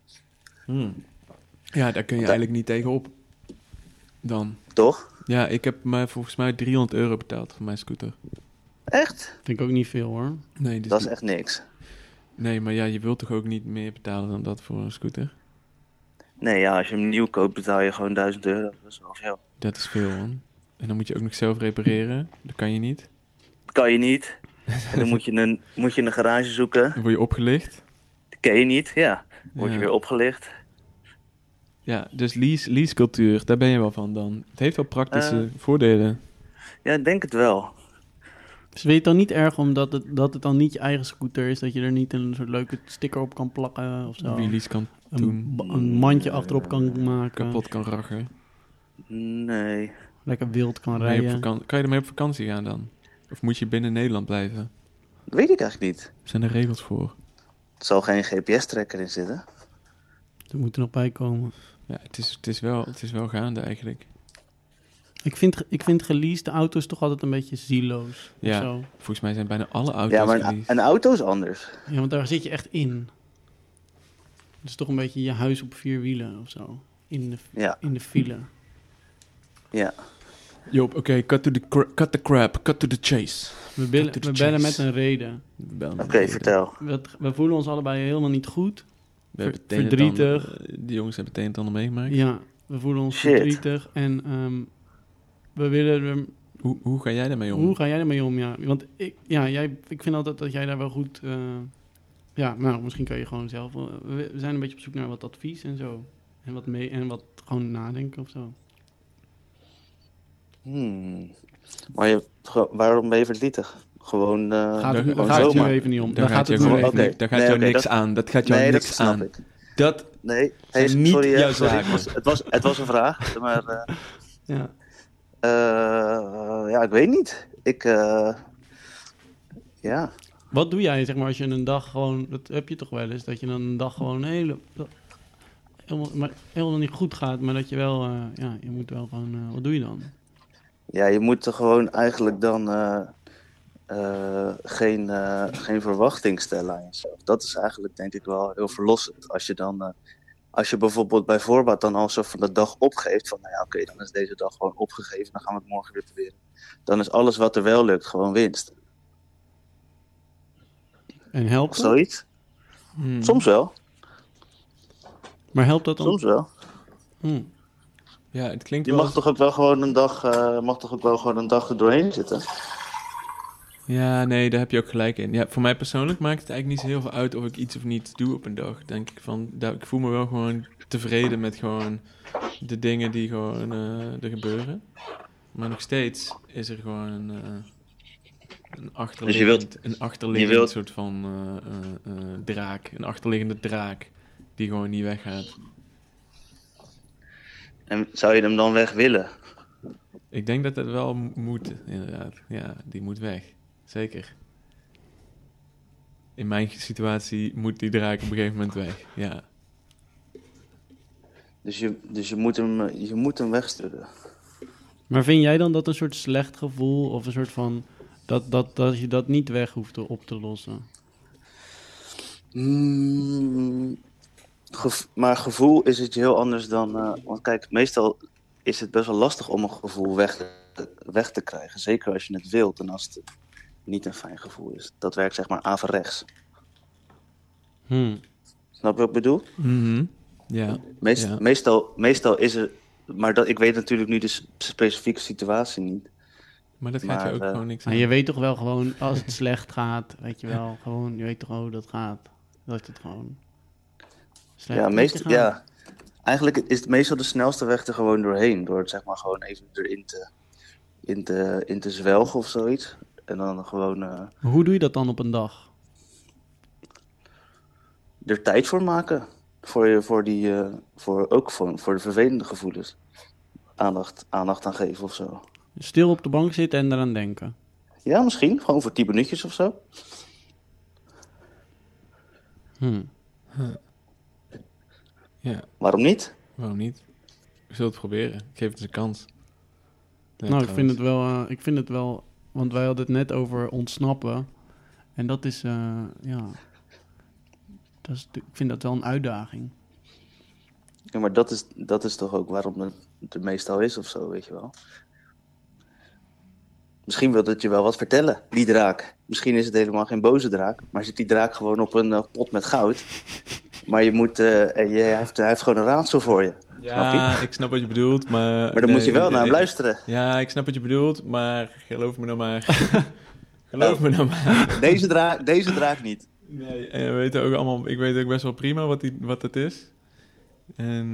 Ja, daar kun je eigenlijk niet tegenop. Dan. Toch? Ja, ik heb maar volgens mij €300 betaald voor mijn scooter. Echt? Vind ik ook niet veel hoor. Nee, dus dat is echt niks. Nee, maar ja, je wilt toch ook niet meer betalen dan dat voor een scooter? Nee, ja, als je hem nieuw koopt, betaal je gewoon €1000. Dat is wel veel. Dat is veel, man. En dan moet je ook nog zelf repareren. Dat kan je niet. Kan je niet. En dan moet je een garage zoeken. Dan word je opgelicht. Dat ken je niet, ja. Dan word je Ja. weer opgelicht. Ja, dus leasecultuur, daar ben je wel van dan. Het heeft wel praktische voordelen. Ja, ik denk het wel. Dus weet je het dan niet erg omdat het dan niet je eigen scooter is, dat je er niet een soort leuke sticker op kan plakken of zo? Wheelies kan doen. Een mandje achterop kan maken. Kapot kan rachen. Nee. Lekker wild kan Mee op rijden. kan je ermee op vakantie gaan dan? Of moet je binnen Nederland blijven? Dat weet ik eigenlijk niet. Zijn er regels voor? Er zal geen GPS-tracker in zitten. Er moet er nog bij komen. Ja, het is wel gaande eigenlijk. Ik vind geleasede auto's toch altijd een beetje zieloos. Ja, of zo. volgens mij zijn bijna alle auto's Ja, maar geleased. een auto is anders. Ja, want daar zit je echt in. Het is toch een beetje je huis op 4 wielen of zo. In de file. Ja. Joop, oké, cut the crap, cut to the chase. We bellen met een reden. Oké, vertel. We voelen ons allebei helemaal niet goed. We hebben het een en het verdrietig. ander- die jongens hebben het een en het ander meegemaakt. Ja, we voelen ons Shit. verdrietig en we willen... Hoe ga jij daarmee om? Hoe ga jij daarmee om, ja? Want ik vind altijd dat jij daar wel goed... ja, nou, misschien kan je gewoon zelf... we zijn een beetje op zoek naar wat advies en zo. En wat gewoon nadenken of zo. Maar waarom ben je verdrietig? Gewoon Gaat het zomaar. nu even niet om. Daar gaat jou niks aan. Dat gaat jou niks snap aan. ik. Dat Nee, zijn niet sorry, jouw sorry. zaken. Het was een vraag, maar... Ja. Ja, ik weet niet. Ja. Wat doe jij, zeg maar, als je een dag gewoon... Dat heb je toch wel eens, dat je dan een dag gewoon helemaal niet goed gaat, maar dat je wel... je moet wel gewoon... wat doe je dan? Ja, je moet er gewoon eigenlijk dan geen verwachting stellen aan jezelf. Dat is eigenlijk denk ik wel heel verlossend. Als je dan als je bijvoorbeeld bij voorbaat dan al zo van de dag opgeeft, van nou ja, oké, dan is deze dag gewoon opgegeven, dan gaan we het morgen weer proberen. Dan is alles wat er wel lukt gewoon winst. En helpt Of dat? zoiets. Soms wel. Maar helpt dat dan? Soms wel. Ja, het klinkt Je wel... mag toch ook wel gewoon een dag er doorheen zitten? Ja, nee, daar heb je ook gelijk in. Ja, voor mij persoonlijk maakt het eigenlijk niet zo heel veel uit of ik iets of niet doe op een dag. Denk ik van, ik voel me wel gewoon tevreden met gewoon de dingen die gewoon er gebeuren. Maar nog steeds is er gewoon een achterliggend soort van draak. Een achterliggende draak die gewoon niet weggaat. En zou je hem dan weg willen? Ik denk dat het wel moet, inderdaad. Ja, die moet weg. Zeker. In mijn situatie moet die draak op een gegeven moment weg, ja. Dus je moet hem wegsturen. Maar vind jij dan dat een soort slecht gevoel of een soort van dat je dat niet weg hoeft op te lossen? Maar gevoel is het heel anders dan... want kijk, meestal is het best wel lastig om een gevoel weg te krijgen. Zeker als je het wilt en als het niet een fijn gevoel is. Dat werkt zeg maar averechts. Snap je wat ik bedoel? Ja. Meestal is er... Maar ik weet natuurlijk nu de specifieke situatie niet. Maar dat gaat je ook gewoon niks aan. Maar je weet toch wel gewoon, als het slecht gaat, weet je wel, gewoon, je weet toch hoe dat gaat. Dat het gewoon slecht gaat. Eigenlijk is het meestal de snelste weg er gewoon doorheen. Door het zeg maar gewoon even erin in te zwelgen of zoiets. En dan gewoon... Hoe doe je dat dan op een dag? Er tijd voor maken. Voor de vervelende gevoelens. Aandacht aan geven of zo. Stil op de bank zitten en eraan denken. Ja, misschien. Gewoon voor 10 minuutjes of zo. Ja. Waarom niet? Waarom niet? Ik zal het proberen. Ik geef het eens een kans. Ja, nou, ik vind het wel... Want wij hadden het net over ontsnappen. En dat is, ik vind dat wel een uitdaging. Ja, maar dat is toch ook waarom het er meestal is of zo, weet je wel. Misschien wil het je wel wat vertellen, die draak. Misschien is het helemaal geen boze draak. Maar zit die draak gewoon op een pot met goud. Maar je moet, hij heeft gewoon een raadsel voor je. Ja, ik snap wat je bedoelt, maar... Maar dan moet je wel naar hem luisteren. Ja, ik snap wat je bedoelt, maar geloof me nou maar. Geloof me nou maar. Deze draak niet. Nee, en ik weet ook best wel prima wat het is. En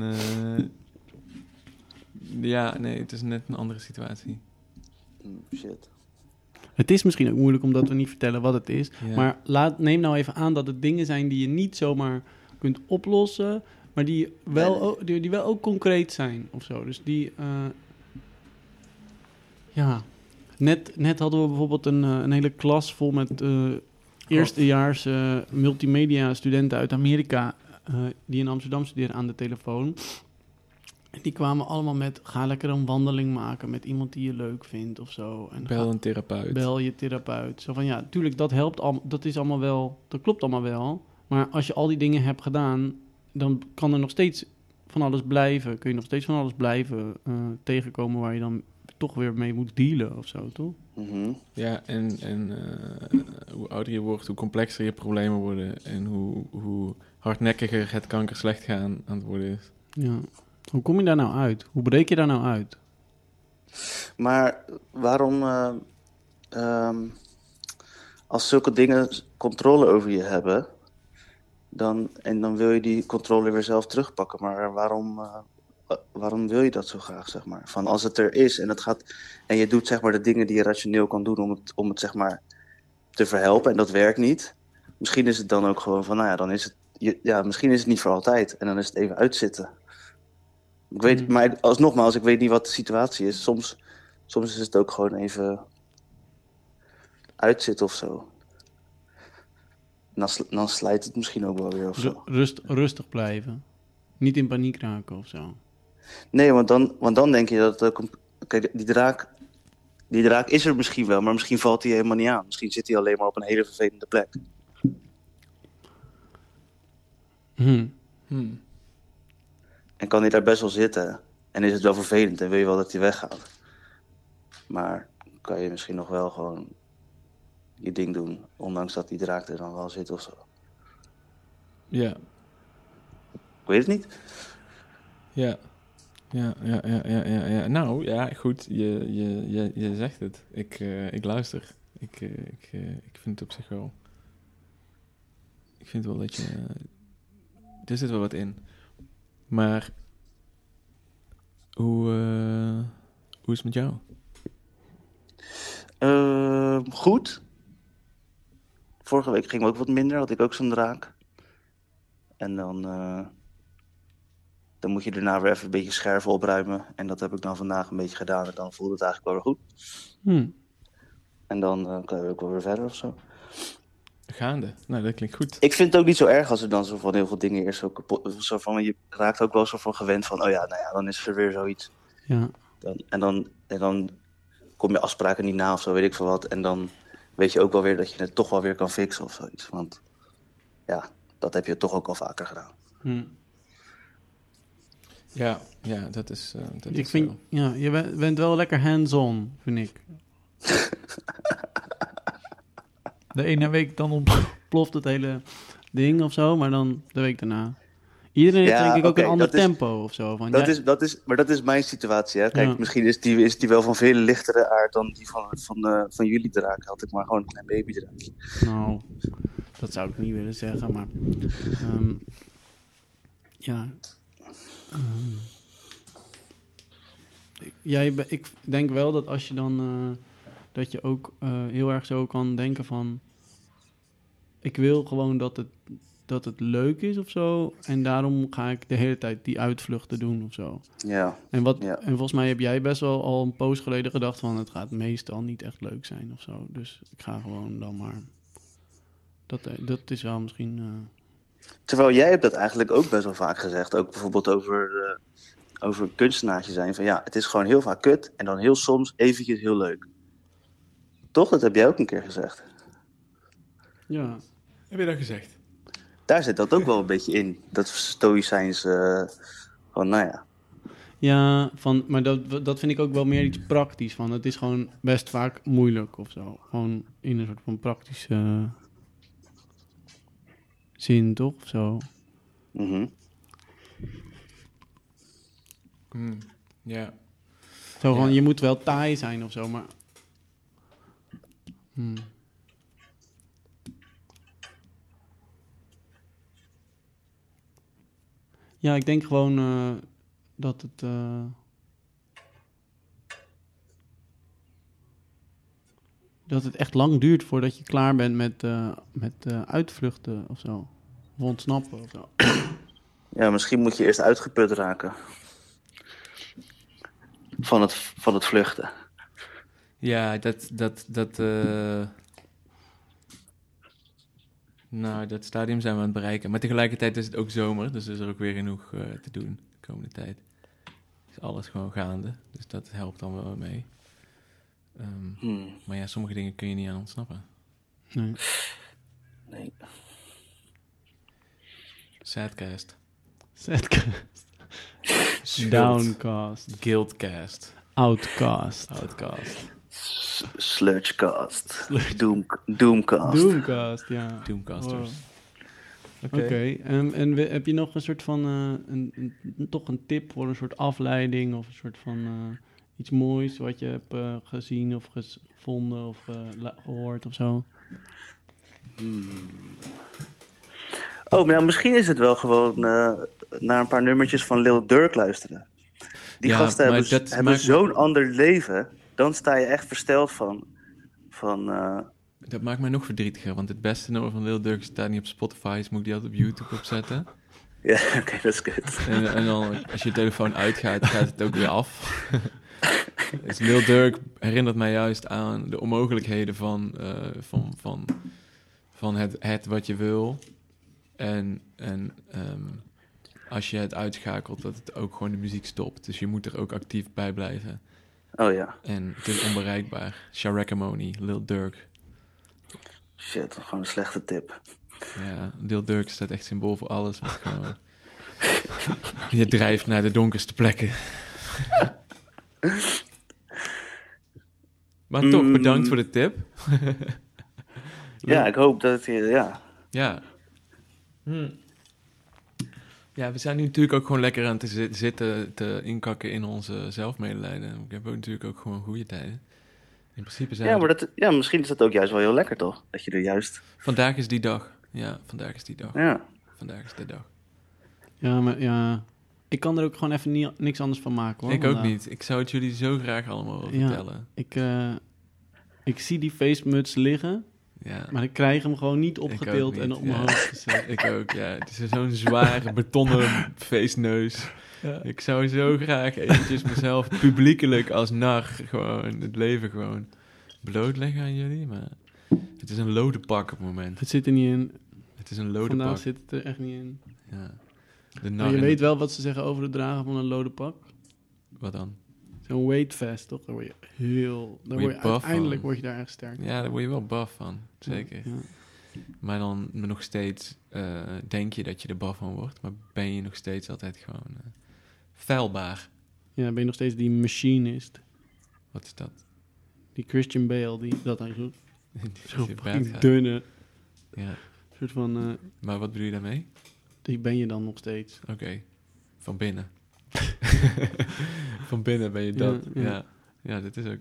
het is net een andere situatie. Shit. Het is misschien ook moeilijk omdat we niet vertellen wat het is. Ja. Maar neem nou even aan dat het dingen zijn die je niet zomaar kunt oplossen, maar die wel ook concreet zijn of zo. Dus die, net hadden we bijvoorbeeld een hele klas vol met eerstejaars multimedia studenten uit Amerika die in Amsterdam studeren aan de telefoon. En die kwamen allemaal met, ga lekker een wandeling maken met iemand die je leuk vindt of zo. En bel een therapeut. Bel je therapeut. Zo van, ja, tuurlijk, dat helpt dat is allemaal wel, dat klopt allemaal wel. Maar als je al die dingen hebt gedaan, dan kan er nog steeds van alles blijven. Kun je nog steeds van alles blijven tegenkomen waar je dan toch weer mee moet dealen of zo, toch? Mm-hmm. Ja, en hoe ouder je wordt, hoe complexer je problemen worden en hoe hardnekkiger het kanker slecht gaan aan het worden is. Ja. Hoe kom je daar nou uit? Hoe breek je daar nou uit? Maar waarom, als zulke dingen controle over je hebben, dan wil je die controle weer zelf terugpakken. Maar waarom wil je dat zo graag, zeg maar? Van als het er is en je doet zeg maar de dingen die je rationeel kan doen om het zeg maar te verhelpen en dat werkt niet. Misschien is het dan ook gewoon van, nou ja, dan is het, misschien is het niet voor altijd en dan is het even uitzitten. Ik weet, maar nogmaals, ik weet niet wat de situatie is. Soms is het ook gewoon even uitzitten of zo. Dan slijt het misschien ook wel weer of zo. Rustig blijven. Niet in paniek raken of zo. Nee, want dan denk je dat het ook kijk, die draak is er misschien wel, maar misschien valt hij helemaal niet aan. Misschien zit hij alleen maar op een hele vervelende plek. En kan hij daar best wel zitten. En is het wel vervelend en wil je wel dat hij weggaat. Maar kan je misschien nog wel gewoon je ding doen. Ondanks dat die draak er dan wel zit of zo. Ja. Ik weet het niet. Ja. Ja. Nou, ja, goed. Je zegt het. Ik luister. Ik vind het op zich wel... Ik vind wel dat je... Er zit wel wat in. Maar... Hoe is het met jou? Goed. Vorige week ging het ook wat minder. Had ik ook zo'n draak. En dan moet je daarna weer even een beetje scherven opruimen. En dat heb ik dan vandaag een beetje gedaan. En dan voelde het eigenlijk wel weer goed. En dan kan je ook wel weer verder of zo. Gaande. Nou, dat klinkt goed. Ik vind het ook niet zo erg als er dan zo van heel veel dingen eerst zo kapot... Zo van, je raakt ook wel zo van gewend van... Oh ja, nou ja, dan is er weer zoiets. Ja. En dan kom je afspraken niet na of zo, weet ik veel wat. En dan weet je ook wel weer dat je het toch wel weer kan fixen of zoiets. Want ja, dat heb je toch ook al vaker gedaan. Ja, dat is ik vind, zo. Ja, je bent wel lekker hands-on, vind ik. De ene week dan ontploft het hele ding of zo, maar dan de week daarna. Iedereen heeft denk ik ook een ander tempo of zo. Van, maar dat is mijn situatie. Hè? Kijk, misschien is die wel van veel lichtere aard dan die van jullie draak. Had ik maar gewoon een klein babydraakje. Nou, dat zou ik niet willen zeggen, maar... ik denk wel dat als je dan... dat je ook heel erg zo kan denken van... Ik wil gewoon dat het leuk is of zo. En daarom ga ik de hele tijd die uitvluchten doen of zo. Ja. En volgens mij heb jij best wel al een poos geleden gedacht van... het gaat meestal niet echt leuk zijn of zo. Dus ik ga gewoon dan maar... Dat is wel misschien... Terwijl jij hebt dat eigenlijk ook best wel vaak gezegd. Ook bijvoorbeeld over kunstenaartje zijn. Van ja, het is gewoon heel vaak kut. En dan heel soms eventjes heel leuk. Toch? Dat heb jij ook een keer gezegd. Ja. Heb je dat gezegd? Daar zit dat ook wel een beetje in. Dat stoïcijns van, nou ja. Ja, maar dat vind ik ook wel meer iets praktisch. Van. Het is gewoon best vaak moeilijk of zo. Gewoon in een soort van praktische zin, toch? Of zo. Ja. Zo van, je moet wel taai zijn of zo, maar... Ja, ik denk gewoon dat het... dat het echt lang duurt voordat je klaar bent met uitvluchten of zo. Of ontsnappen of zo. Ja, misschien moet je eerst uitgeput raken. Van het vluchten. Ja, nou, dat stadium zijn we aan het bereiken. Maar tegelijkertijd is het ook zomer, dus is er ook weer genoeg te doen de komende tijd. Is alles gewoon gaande, dus dat helpt dan wel mee. Maar ja, sommige dingen kun je niet aan ontsnappen. Nee. Sadcast. Downcast. Guildcast. Outcast. Sludgecast. Doomcast. Ja. Doomcasters. Oké. En heb je nog een soort van... toch een tip voor een soort afleiding... of een soort van iets moois wat je hebt gezien of gevonden of gehoord of zo? Oh, maar nou, misschien is het wel gewoon naar een paar nummertjes van Lil Durk luisteren. Die gasten hebben zo'n ander leven. Dan sta je echt versteld van Dat maakt mij nog verdrietiger, want het beste nummer van Lil Durk staat niet op Spotify, dus moet ik die altijd op YouTube opzetten. Ja, oké, dat is kut. En dan, als je telefoon uitgaat, gaat het ook weer af. Dus Lil Durk herinnert mij juist aan de onmogelijkheden van het wat je wil. En als je het uitschakelt, dat het ook gewoon de muziek stopt. Dus je moet er ook actief bij blijven. Oh ja. En het is onbereikbaar. Shareckamony, Lil Durk. Shit, gewoon een slechte tip. Ja, Lil Durk staat echt symbool voor alles. Wat gewoon... Je drijft naar de donkerste plekken. Maar toch, bedankt voor de tip. Ja, ik hoop dat het... Ja. Ja. Ja, we zijn nu natuurlijk ook gewoon lekker aan te zitten te inkakken in onze zelfmedelijden. Ik heb ook natuurlijk ook gewoon goede tijden. In principe zijn Ja, maar misschien is dat ook juist wel heel lekker, toch? Dat je er juist... Vandaag is die dag. Ja, vandaag is die dag. Ja. Vandaag is de dag. Ja, maar ja... Ik kan er ook gewoon even niks anders van maken, hoor. Ik ook niet. Ik zou het jullie zo graag allemaal willen vertellen. Ik zie die feestmuts liggen... Ja. Maar ik krijg hem gewoon niet opgetild en op mijn hoofd gezet. Ik ook, ja. Het is zo'n zware betonnen feestneus. Ja. Ik zou zo graag eventjes mezelf publiekelijk als nar gewoon het leven gewoon blootleggen aan jullie. Maar het is een lode pak op het moment. Het zit er niet in. Het is een lode Vandaag pak. zit het er echt niet in. Ja. Maar je weet wel wat ze zeggen over het dragen van een lode pak? Wat dan? Zo'n weight vest, toch? Daar word je uiteindelijk word je daar echt sterk. Ja, daar word je wel buff van. Zeker. Ja. Maar dan nog steeds denk je dat je er buff van wordt. Maar ben je nog steeds altijd gewoon feilbaar. Ja, ben je nog steeds die machinist. Wat is dat? Die Christian Bale, die dat eigenlijk zo Die fucking dunne. Ja. Soort van... maar wat bedoel je daarmee? Die ben je dan nog steeds. Oké. Van binnen. Van binnen ben je dat. Ja, dat is ook...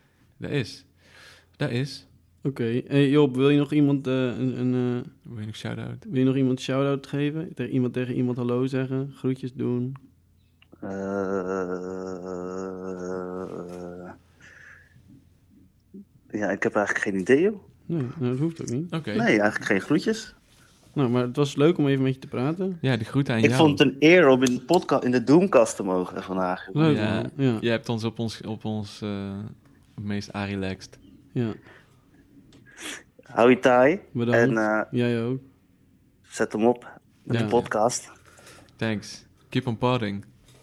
Dat is. Oké. Hey Job, wil je nog iemand wil je nog shout-out? Wil je nog iemand shout-out geven? Tegen iemand hallo zeggen? Groetjes doen? Ja, ik heb eigenlijk geen idee, joh. Nee, dat hoeft ook niet. Okay. Nee, eigenlijk geen groetjes. Nou, maar het was leuk om even met je te praten. Ja, de groeten aan jou. Ik vond het een eer om in de Doomcast te mogen vandaag. Leuk, ja, man. Ja. Jij hebt ons op ons meest relaxed. Ja. Hou je taai. Bedankt. En jij ook. Zet hem op. Met de podcast. Thanks. Keep on podding.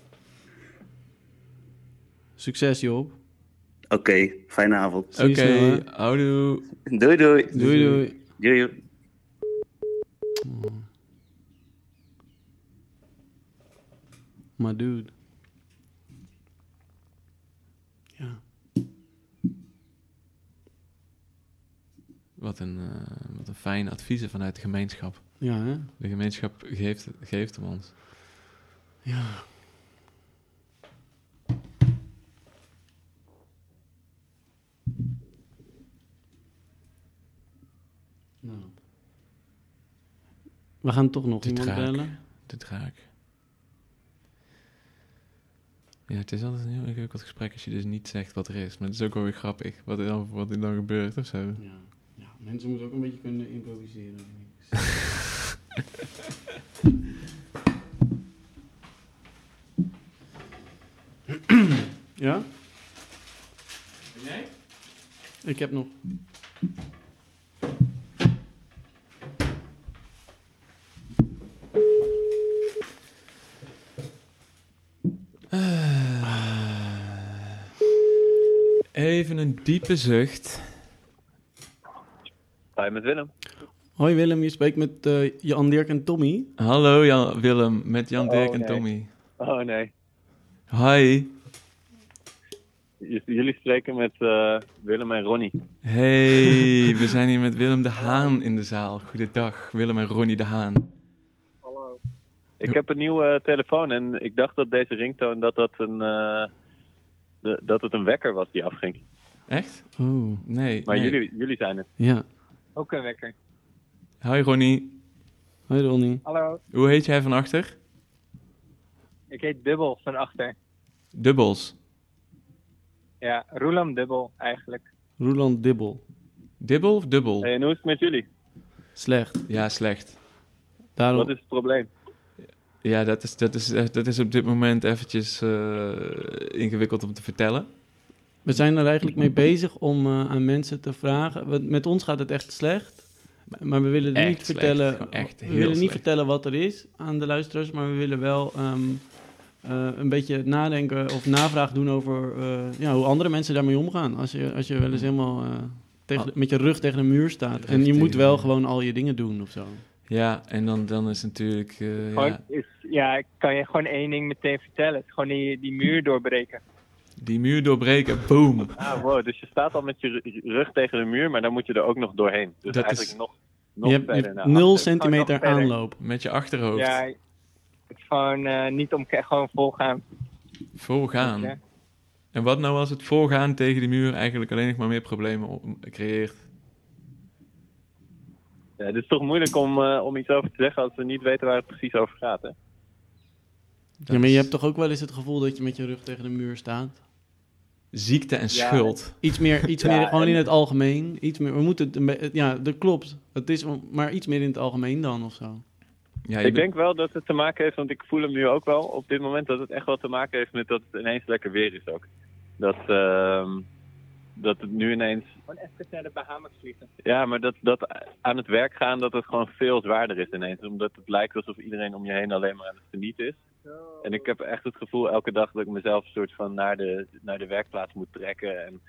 Succes, Job. Oké, fijne avond. Oké, houdoe. Doei, doei. Doei, doei. Doei. Maar dude. Ja. Wat een fijne adviezen vanuit de gemeenschap. Ja, hè? De gemeenschap geeft hem ons. Ja. Nou. We gaan toch nog iemand bellen. De draak. Ja, het is altijd een heel ingewikkeld gesprek als je dus niet zegt wat er is. Maar het is ook wel weer grappig wat er dan gebeurt of zo. Ja, mensen moeten ook een beetje kunnen improviseren. Ja? Ben jij? Ik heb nog. Even een diepe zucht. Hi, met Willem. Hoi Willem, je spreekt met Jan, Dirk en Tommy. Hallo Willem, met Jan, Dirk en Tommy. Oh nee. Hi. Jullie spreken met Willem en Ronnie. Hey, we zijn hier met Willem de Haan in de zaal. Goedendag, Willem en Ronnie de Haan. Hallo. Ik heb een nieuwe telefoon en ik dacht dat deze ringtoon dat het een wekker was die afging. Echt? Oh. Nee. Maar nee. jullie zijn het. Ja. Ook een wekker. Hoi Ronnie. Hoi Ronnie. Hallo. Hoe heet jij van achter? Ik heet Dubbel van achter. Dubbels. Ja, Roeland Dubbel eigenlijk. Roeland Dibbel. Dibbel of dubbel? En hoe is het met jullie? Slecht. Ja, slecht. Daarom... Wat is het probleem? Ja, dat is op dit moment eventjes ingewikkeld om te vertellen. We zijn er eigenlijk mee bezig om aan mensen te vragen. Met ons gaat het echt slecht. Maar we willen Echt niet slecht. vertellen. Gewoon echt We heel willen niet slecht. vertellen wat er is aan de luisteraars, maar we willen wel een beetje nadenken of navraag doen over hoe andere mensen daarmee omgaan. Als je wel eens helemaal met je rug tegen de muur staat. En je moet wel gewoon al je dingen doen of zo. Ja, en dan is natuurlijk... kan je gewoon één ding meteen vertellen. Het is gewoon die muur doorbreken. Die muur doorbreken, boom. Ah, wow, dus je staat al met je rug tegen de muur, maar dan moet je er ook nog doorheen. Dus dat eigenlijk is... nog je verder hebt naar 0 achter. centimeter aanloop. Met je achterhoofd. Ja, het is gewoon niet gewoon volgaan. Volgaan. Ja. En wat nou als het volgaan tegen die muur eigenlijk alleen nog maar meer problemen creëert? Ja, het is toch moeilijk om iets over te zeggen als we niet weten waar het precies over gaat, hè? Ja, maar je hebt toch ook wel eens het gevoel dat je met je rug tegen de muur staat? Ziekte en schuld. Iets meer gewoon in het algemeen. Iets meer, we moeten dat klopt. Het is maar iets meer in het algemeen dan of zo. Ja, ik denk wel dat het te maken heeft, want ik voel hem nu ook wel op dit moment, dat het echt wel te maken heeft met dat het ineens lekker weer is ook. Dat het nu ineens... Gewoon even naar de Bahamas vliegen. Ja, maar dat aan het werk gaan, dat het gewoon veel zwaarder is ineens. Omdat het lijkt alsof iedereen om je heen alleen maar aan het genieten is. En ik heb echt het gevoel elke dag dat ik mezelf een soort van naar de werkplaats moet trekken. En,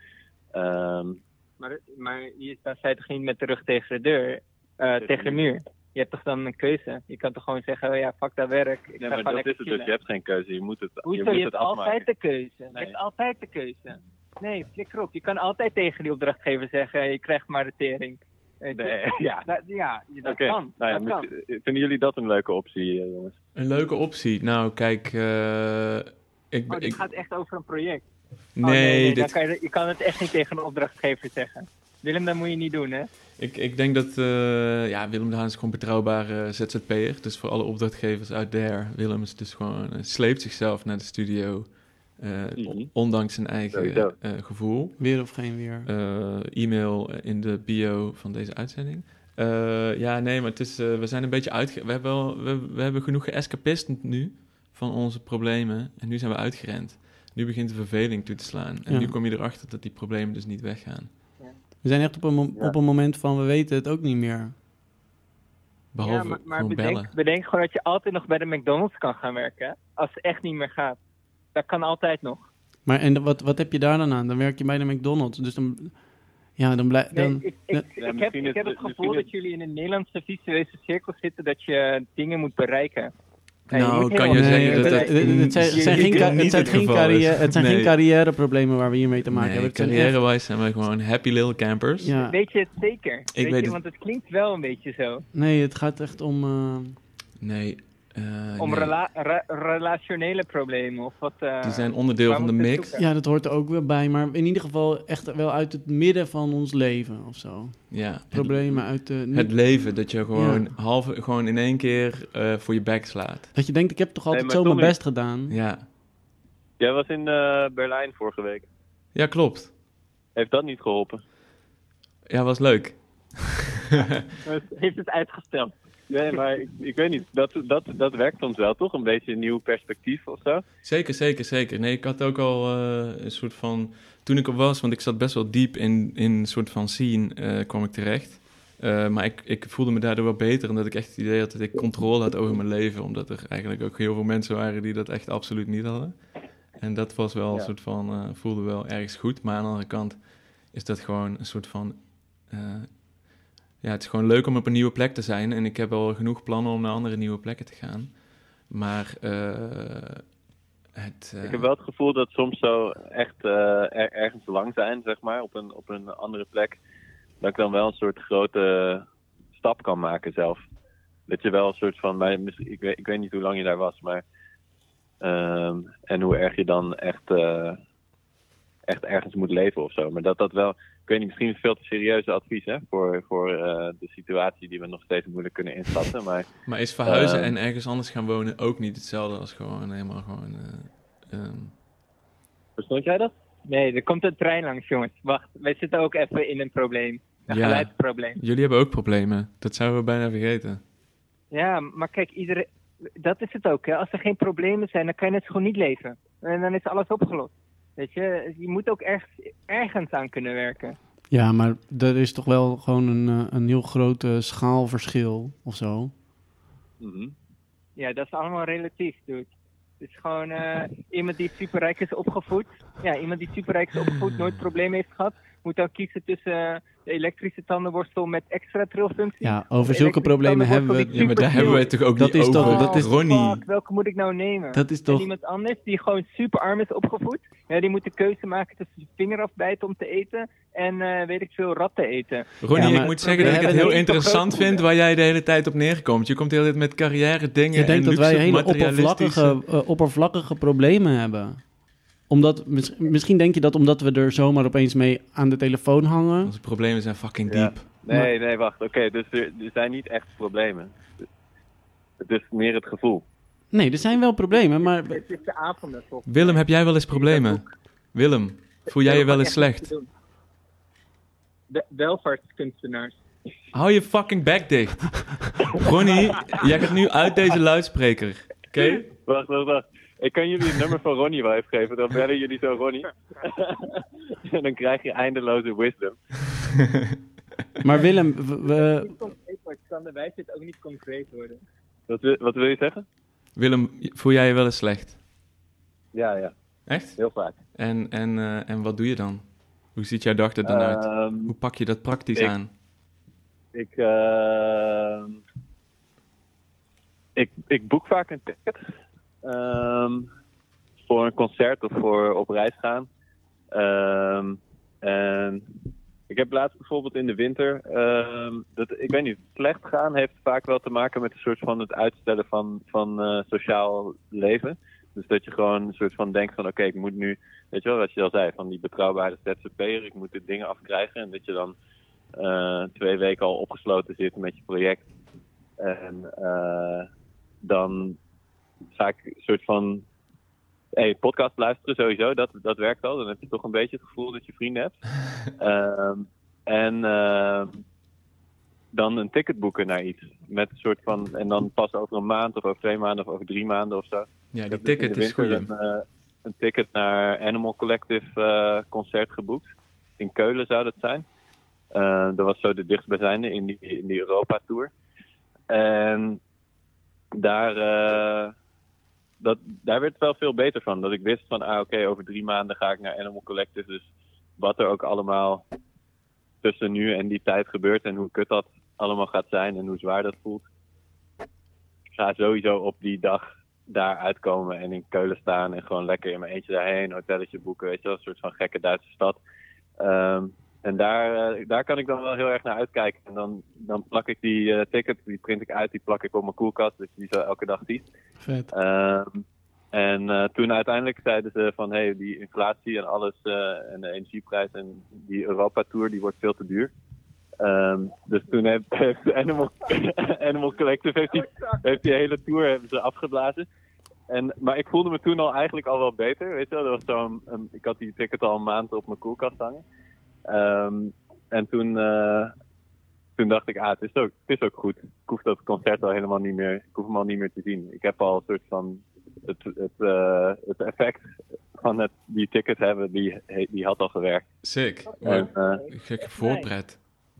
Maar je staat toch niet met de rug tegen de deur, tegen de muur? Je hebt toch dan een keuze? Je kan toch gewoon zeggen, fuck dat werk. Nee, maar dat is het dus. Je hebt geen keuze. Je moet het Hoezo? je hebt altijd de keuze. Nee. Je hebt altijd de keuze. Nee, flikker op. Je kan altijd tegen die opdrachtgever zeggen, je krijgt maar de tering. Nee, ja. Dat kan. Nou ja, vinden jullie dat een leuke optie, jongens? Een leuke optie? Nou, kijk... dit gaat echt over een project. Nee, je kan het echt niet tegen een opdrachtgever zeggen. Willem, dat moet je niet doen, hè? Ik denk dat... Willem de Haan is gewoon betrouwbare ZZP'er. Dus voor alle opdrachtgevers out there... Willem is dus gewoon... sleept zichzelf naar de studio... ondanks zijn eigen gevoel. Weer of geen weer. E-mail in de bio van deze uitzending. Maar het is, we zijn een beetje we hebben genoeg geëscapist nu van onze problemen. En nu zijn we uitgerend. Nu begint de verveling toe te slaan. En nu kom je erachter dat die problemen dus niet weggaan. Ja. We zijn echt op een moment van, we weten het ook niet meer. Behalve maar bedenk gewoon dat je altijd nog bij de McDonald's kan gaan werken. Hè? Als het echt niet meer gaat. Dat kan altijd nog. Maar en wat heb je daar dan aan? Dan werk je bij de McDonald's. Dus dan... Ja, dan blijft... Ik heb het gevoel dat jullie in een Nederlandse visueuze cirkel zitten... dat je dingen moet bereiken. Nou, kan je zeggen dat het zijn geen carrièreproblemen waar we hiermee te maken hebben. Carrière-wise zijn we gewoon happy little campers. Ja. Weet je het zeker? Want het klinkt wel een beetje zo. Nee, het gaat echt om... relationele problemen of wat... die zijn onderdeel van de mix. Ja, dat hoort er ook weer bij. Maar in ieder geval echt wel uit het midden van ons leven of zo. Ja. Problemen uit de... Het leven, dat je gewoon gewoon in één keer voor je bek slaat. Dat je denkt, ik heb toch altijd zo mijn best gedaan. Ja. Jij was in Berlijn vorige week. Ja, klopt. Heeft dat niet geholpen? Ja, was leuk. Heeft het uitgesteld? Nee, maar ik weet niet. Dat werkt soms wel, toch? Een beetje een nieuw perspectief of zo? Zeker. Nee, ik had ook al een soort van... Toen ik er was, want ik zat best wel diep in een soort van scene, kwam ik terecht. Maar ik voelde me daardoor wel beter, omdat ik echt het idee had dat ik controle had over mijn leven. Omdat er eigenlijk ook heel veel mensen waren die dat echt absoluut niet hadden. En dat was wel een soort van... voelde wel ergens goed. Maar aan de andere kant is dat gewoon een soort van... het is gewoon leuk om op een nieuwe plek te zijn. En ik heb al genoeg plannen om naar andere nieuwe plekken te gaan. Maar ik heb wel het gevoel dat soms zo echt ergens lang zijn, zeg maar, op een andere plek. Dat ik dan wel een soort grote stap kan maken zelf. Dat je wel een soort van... Ik weet niet hoe lang je daar was, maar... en hoe erg je dan echt ergens moet leven of zo. Maar dat wel... Ik weet niet, misschien een veel te serieuze advies, hè, voor de situatie die we nog steeds moeilijk kunnen inschatten. Maar is verhuizen en ergens anders gaan wonen ook niet hetzelfde als gewoon helemaal gewoon... Verstond jij dat? Nee, er komt een trein langs, jongens. Wacht, wij zitten ook even in een probleem. Een geluidsprobleem. Jullie hebben ook problemen. Dat zouden we bijna vergeten. Ja, maar kijk, dat is het ook, hè. Als er geen problemen zijn, dan kan je net gewoon niet leven. En dan is alles opgelost. Weet je moet ook ergens aan kunnen werken. Ja, maar er is toch wel gewoon een heel groot schaalverschil of zo. Mm-hmm. Ja, dat is allemaal relatief, dude. Het is gewoon iemand die superrijk is opgevoed. Ja, iemand die superrijk is opgevoed, nooit problemen heeft gehad. moet dan kiezen tussen de elektrische tandenborstel met extra trilfunctie. Ja, over zulke problemen hebben we... Ja, maar daar hebben we het toch ook dat niet is over, toch, dat is, Ronnie. Fuck, welke moet ik nou nemen? Dat is toch... En iemand anders die gewoon super arm is opgevoed. Ja, die moet de keuze maken tussen zijn vinger afbijten om te eten en weet ik veel, ratten eten. Ronnie, Ja, ik moet zeggen dat ik het heel interessant vind waar jij de hele tijd op neerkomt. Je komt de hele tijd met carrière dingen Ik denk en dat wij luxe hele materialistische... oppervlakkige problemen hebben. Omdat, misschien denk je dat omdat we er zomaar opeens mee aan de telefoon hangen. Onze problemen zijn fucking Ja. diep. Nee, wacht. Oké, dus er zijn niet echt problemen. Het is meer het gevoel. Nee, er zijn wel problemen, maar... Het is de avonden toch? Willem, heb jij wel eens problemen? Willem, voel jij je wel eens slecht? Welvaartskunstenaars. Hou je fucking bek dicht. Ronnie, jij gaat nu uit deze luidspreker. Oké? Wacht. Ik kan jullie het nummer van Ronnie wel even geven. Dan bellen jullie zo Ronnie. En dan krijg je eindeloze wisdom. Maar Willem, Kan de wijsheid ook niet concreet worden? Wat wil je zeggen? Willem, voel jij je wel eens slecht? Ja. Echt? Heel vaak. En wat doe je dan? Hoe ziet jouw dag er dan uit? Hoe pak je dat praktisch aan? Ik boek vaak een ticket. Voor een concert of voor op reis gaan. En ik heb laatst bijvoorbeeld in de winter... ik weet niet, slecht gaan heeft vaak wel te maken met een soort van het uitstellen van sociaal leven. Dus dat je gewoon een soort van denkt van oké, ik moet nu... Weet je wel, wat je al zei, van die betrouwbare ZZP'er. Ik moet de dingen afkrijgen. En dat je dan 2 weken al opgesloten zit met je project. En dan ga ik een soort van... podcast luisteren sowieso, dat werkt al. Dan heb je toch een beetje het gevoel dat je vrienden hebt. Dan een ticket boeken naar iets. Met een soort van... En dan pas over een maand of over 2 maanden of over 3 maanden of zo. Ja, die ticket is goed. Een ticket naar Animal Collective concert geboekt. In Keulen zou dat zijn. Dat was zo de dichtstbijzijnde in die Europa Tour. En daar werd het wel veel beter van. Dat ik wist van, over 3 maanden ga ik naar Animal Collective. Dus wat er ook allemaal tussen nu en die tijd gebeurt en hoe kut dat allemaal gaat zijn en hoe zwaar dat voelt. Ik ga sowieso op die dag daar uitkomen en in Keulen staan en gewoon lekker in mijn eentje daarheen, hotelletje boeken, weet je wel, een soort van gekke Duitse stad. En daar kan ik dan wel heel erg naar uitkijken. En dan plak ik die ticket, die print ik uit, die plak ik op mijn koelkast, dat je die zo elke dag ziet. Vet. Toen uiteindelijk zeiden ze van, die inflatie en alles en de energieprijs en die Europa Tour, die wordt veel te duur. Dus toen heeft Animal Collective heeft die hele tour hebben ze afgeblazen. Maar ik voelde me toen eigenlijk al wel beter, weet je wel. Dat was ik had die ticket al een maand op mijn koelkast hangen. En toen dacht ik, het is ook goed. Ik hoef dat concert al helemaal niet meer, ik hoef hem al niet meer te zien. Ik heb al een soort van het effect van die ticket hebben, die had al gewerkt. Sick. Gekke voorpret.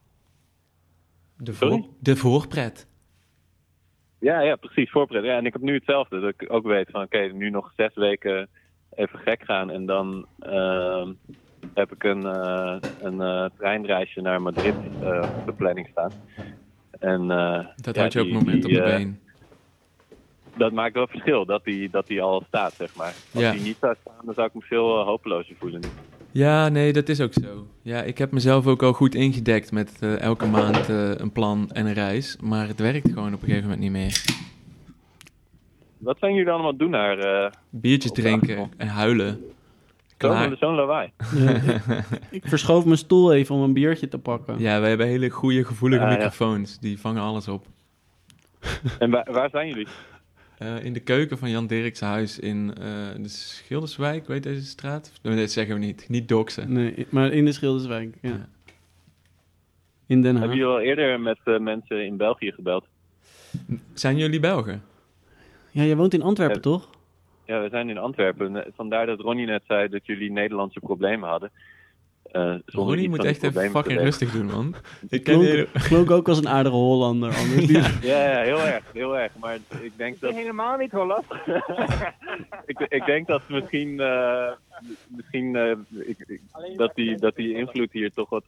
Sorry? De voorpret. Ja, precies, voorpret. Ja, en ik heb nu hetzelfde. Dat ik ook weet van, nu nog 6 weken even gek gaan. En dan heb ik een treinreisje naar Madrid op de planning staan. En, dat had je ook moment op de been. Dat maakt wel verschil, dat die al staat, zeg maar. Als die niet zou staan, dan zou ik me veel hopelozer voelen nu. Ja, nee, dat is ook zo. Ja, ik heb mezelf ook al goed ingedekt met elke maand een plan en een reis. Maar het werkt gewoon op een gegeven moment niet meer. Wat zijn jullie allemaal doen naar... Biertjes drinken en huilen. Zo'n lawaai. Ja, ik verschoof mijn stoel even om een biertje te pakken. Ja, wij hebben hele goede, gevoelige microfoons. Die vangen alles op. En waar zijn jullie? In de keuken van Jan Dirk's huis in de Schilderswijk, weet deze straat? Nee, dat zeggen we niet. Niet doxen. Nee, maar in de Schilderswijk, ja. In Den Haag. Hebben jullie al eerder met mensen in België gebeld? Zijn jullie Belgen? Ja, jij woont in Antwerpen, toch? Ja, we zijn in Antwerpen. Vandaar dat Ronnie net zei dat jullie Nederlandse problemen hadden. Ronnie iets moet van echt die even problemen fucking te rustig doen, man. Ik ken Klonk ook als een aardige Hollander. Anders Ja, heel erg. Maar ik denk dat... Helemaal niet Holland. ik denk dat misschien dat die invloed hier toch wat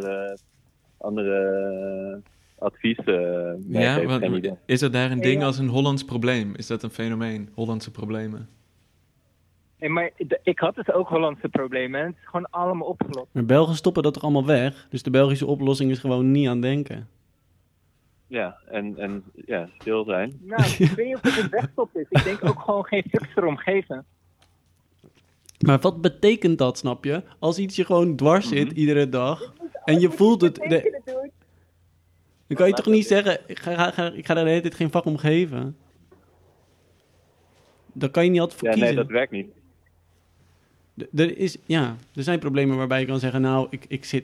andere advies Ja, meegeeft. Geen idee. is er daar een ding als een Hollands probleem? Is dat een fenomeen? Hollandse problemen? Nee, maar ik had dus ook Hollandse problemen. En het is gewoon allemaal opgelost. Maar Belgen stoppen dat toch allemaal weg? Dus de Belgische oplossing is gewoon niet aan denken. Ja, en stil zijn. Nou, ik weet niet of het een wegstop is. Ik denk ook gewoon geen fucks erom geven. Maar wat betekent dat, snap je? Als iets je gewoon dwars zit iedere dag en je voelt het... Dan kan je toch niet zeggen, ik ga daar de hele tijd geen vak om geven? Daar kan je niet altijd voor kiezen. Nee, dat werkt niet. Er zijn problemen waarbij je kan zeggen, nou, ik zit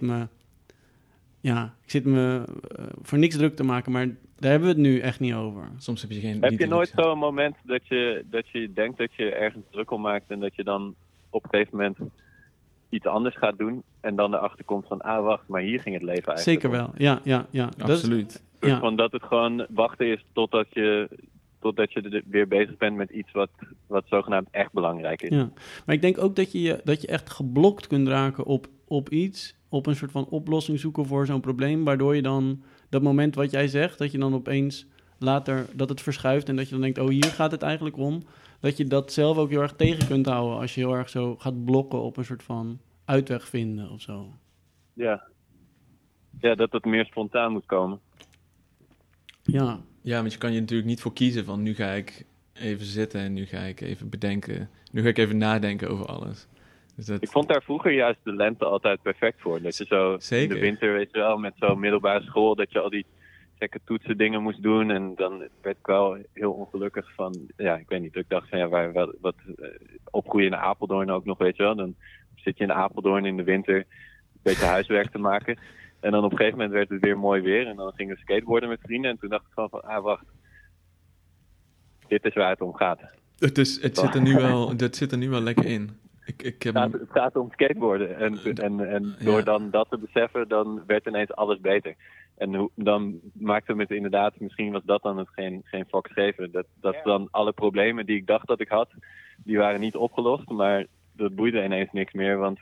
me voor niks druk te maken, maar daar hebben we het nu echt niet over. Soms heb je geen... Heb je nooit zo'n moment dat je denkt dat je ergens druk om maakt en dat je dan op een gegeven moment iets anders gaat doen en dan erachter komt van, wacht, maar hier ging het leven eigenlijk. Zeker wel, ja. Absoluut. Van dat het gewoon wachten is totdat je er weer bezig bent met iets wat zogenaamd echt belangrijk is. Ja, maar ik denk ook dat je echt geblokt kunt raken op iets, op een soort van oplossing zoeken voor zo'n probleem, waardoor je dan dat moment wat jij zegt, dat je dan opeens later, dat het verschuift en dat je dan denkt, hier gaat het eigenlijk om, dat je dat zelf ook heel erg tegen kunt houden als je heel erg zo gaat blokken op een soort van uitweg vinden of zo. Ja, dat het meer spontaan moet komen. Ja. Ja, want je kan je natuurlijk niet voor kiezen van nu ga ik even zitten en nu ga ik even bedenken. Nu ga ik even nadenken over alles. Dus Ik vond daar vroeger juist de lente altijd perfect voor. Dat je zo in de winter, weet je wel, met zo'n middelbare school, dat je al die gekke toetsen dingen moest doen. En dan werd ik wel heel ongelukkig van, ik weet niet. Ik dacht van, wat opgroeien in Apeldoorn ook nog, weet je wel. Dan zit je in Apeldoorn in de winter een beetje huiswerk te maken. En dan op een gegeven moment werd het weer mooi weer. En dan gingen we skateboarden met vrienden. En toen dacht ik gewoon van, wacht. Dit is waar het om gaat. Het zit er nu wel lekker in. Het gaat om skateboarden. En door dan dat te beseffen, dan werd ineens alles beter. En dan maakte het inderdaad, misschien was dat dan het geen fuck geven. Dat dan alle problemen die ik dacht dat ik had, die waren niet opgelost. Maar dat boeide ineens niks meer, want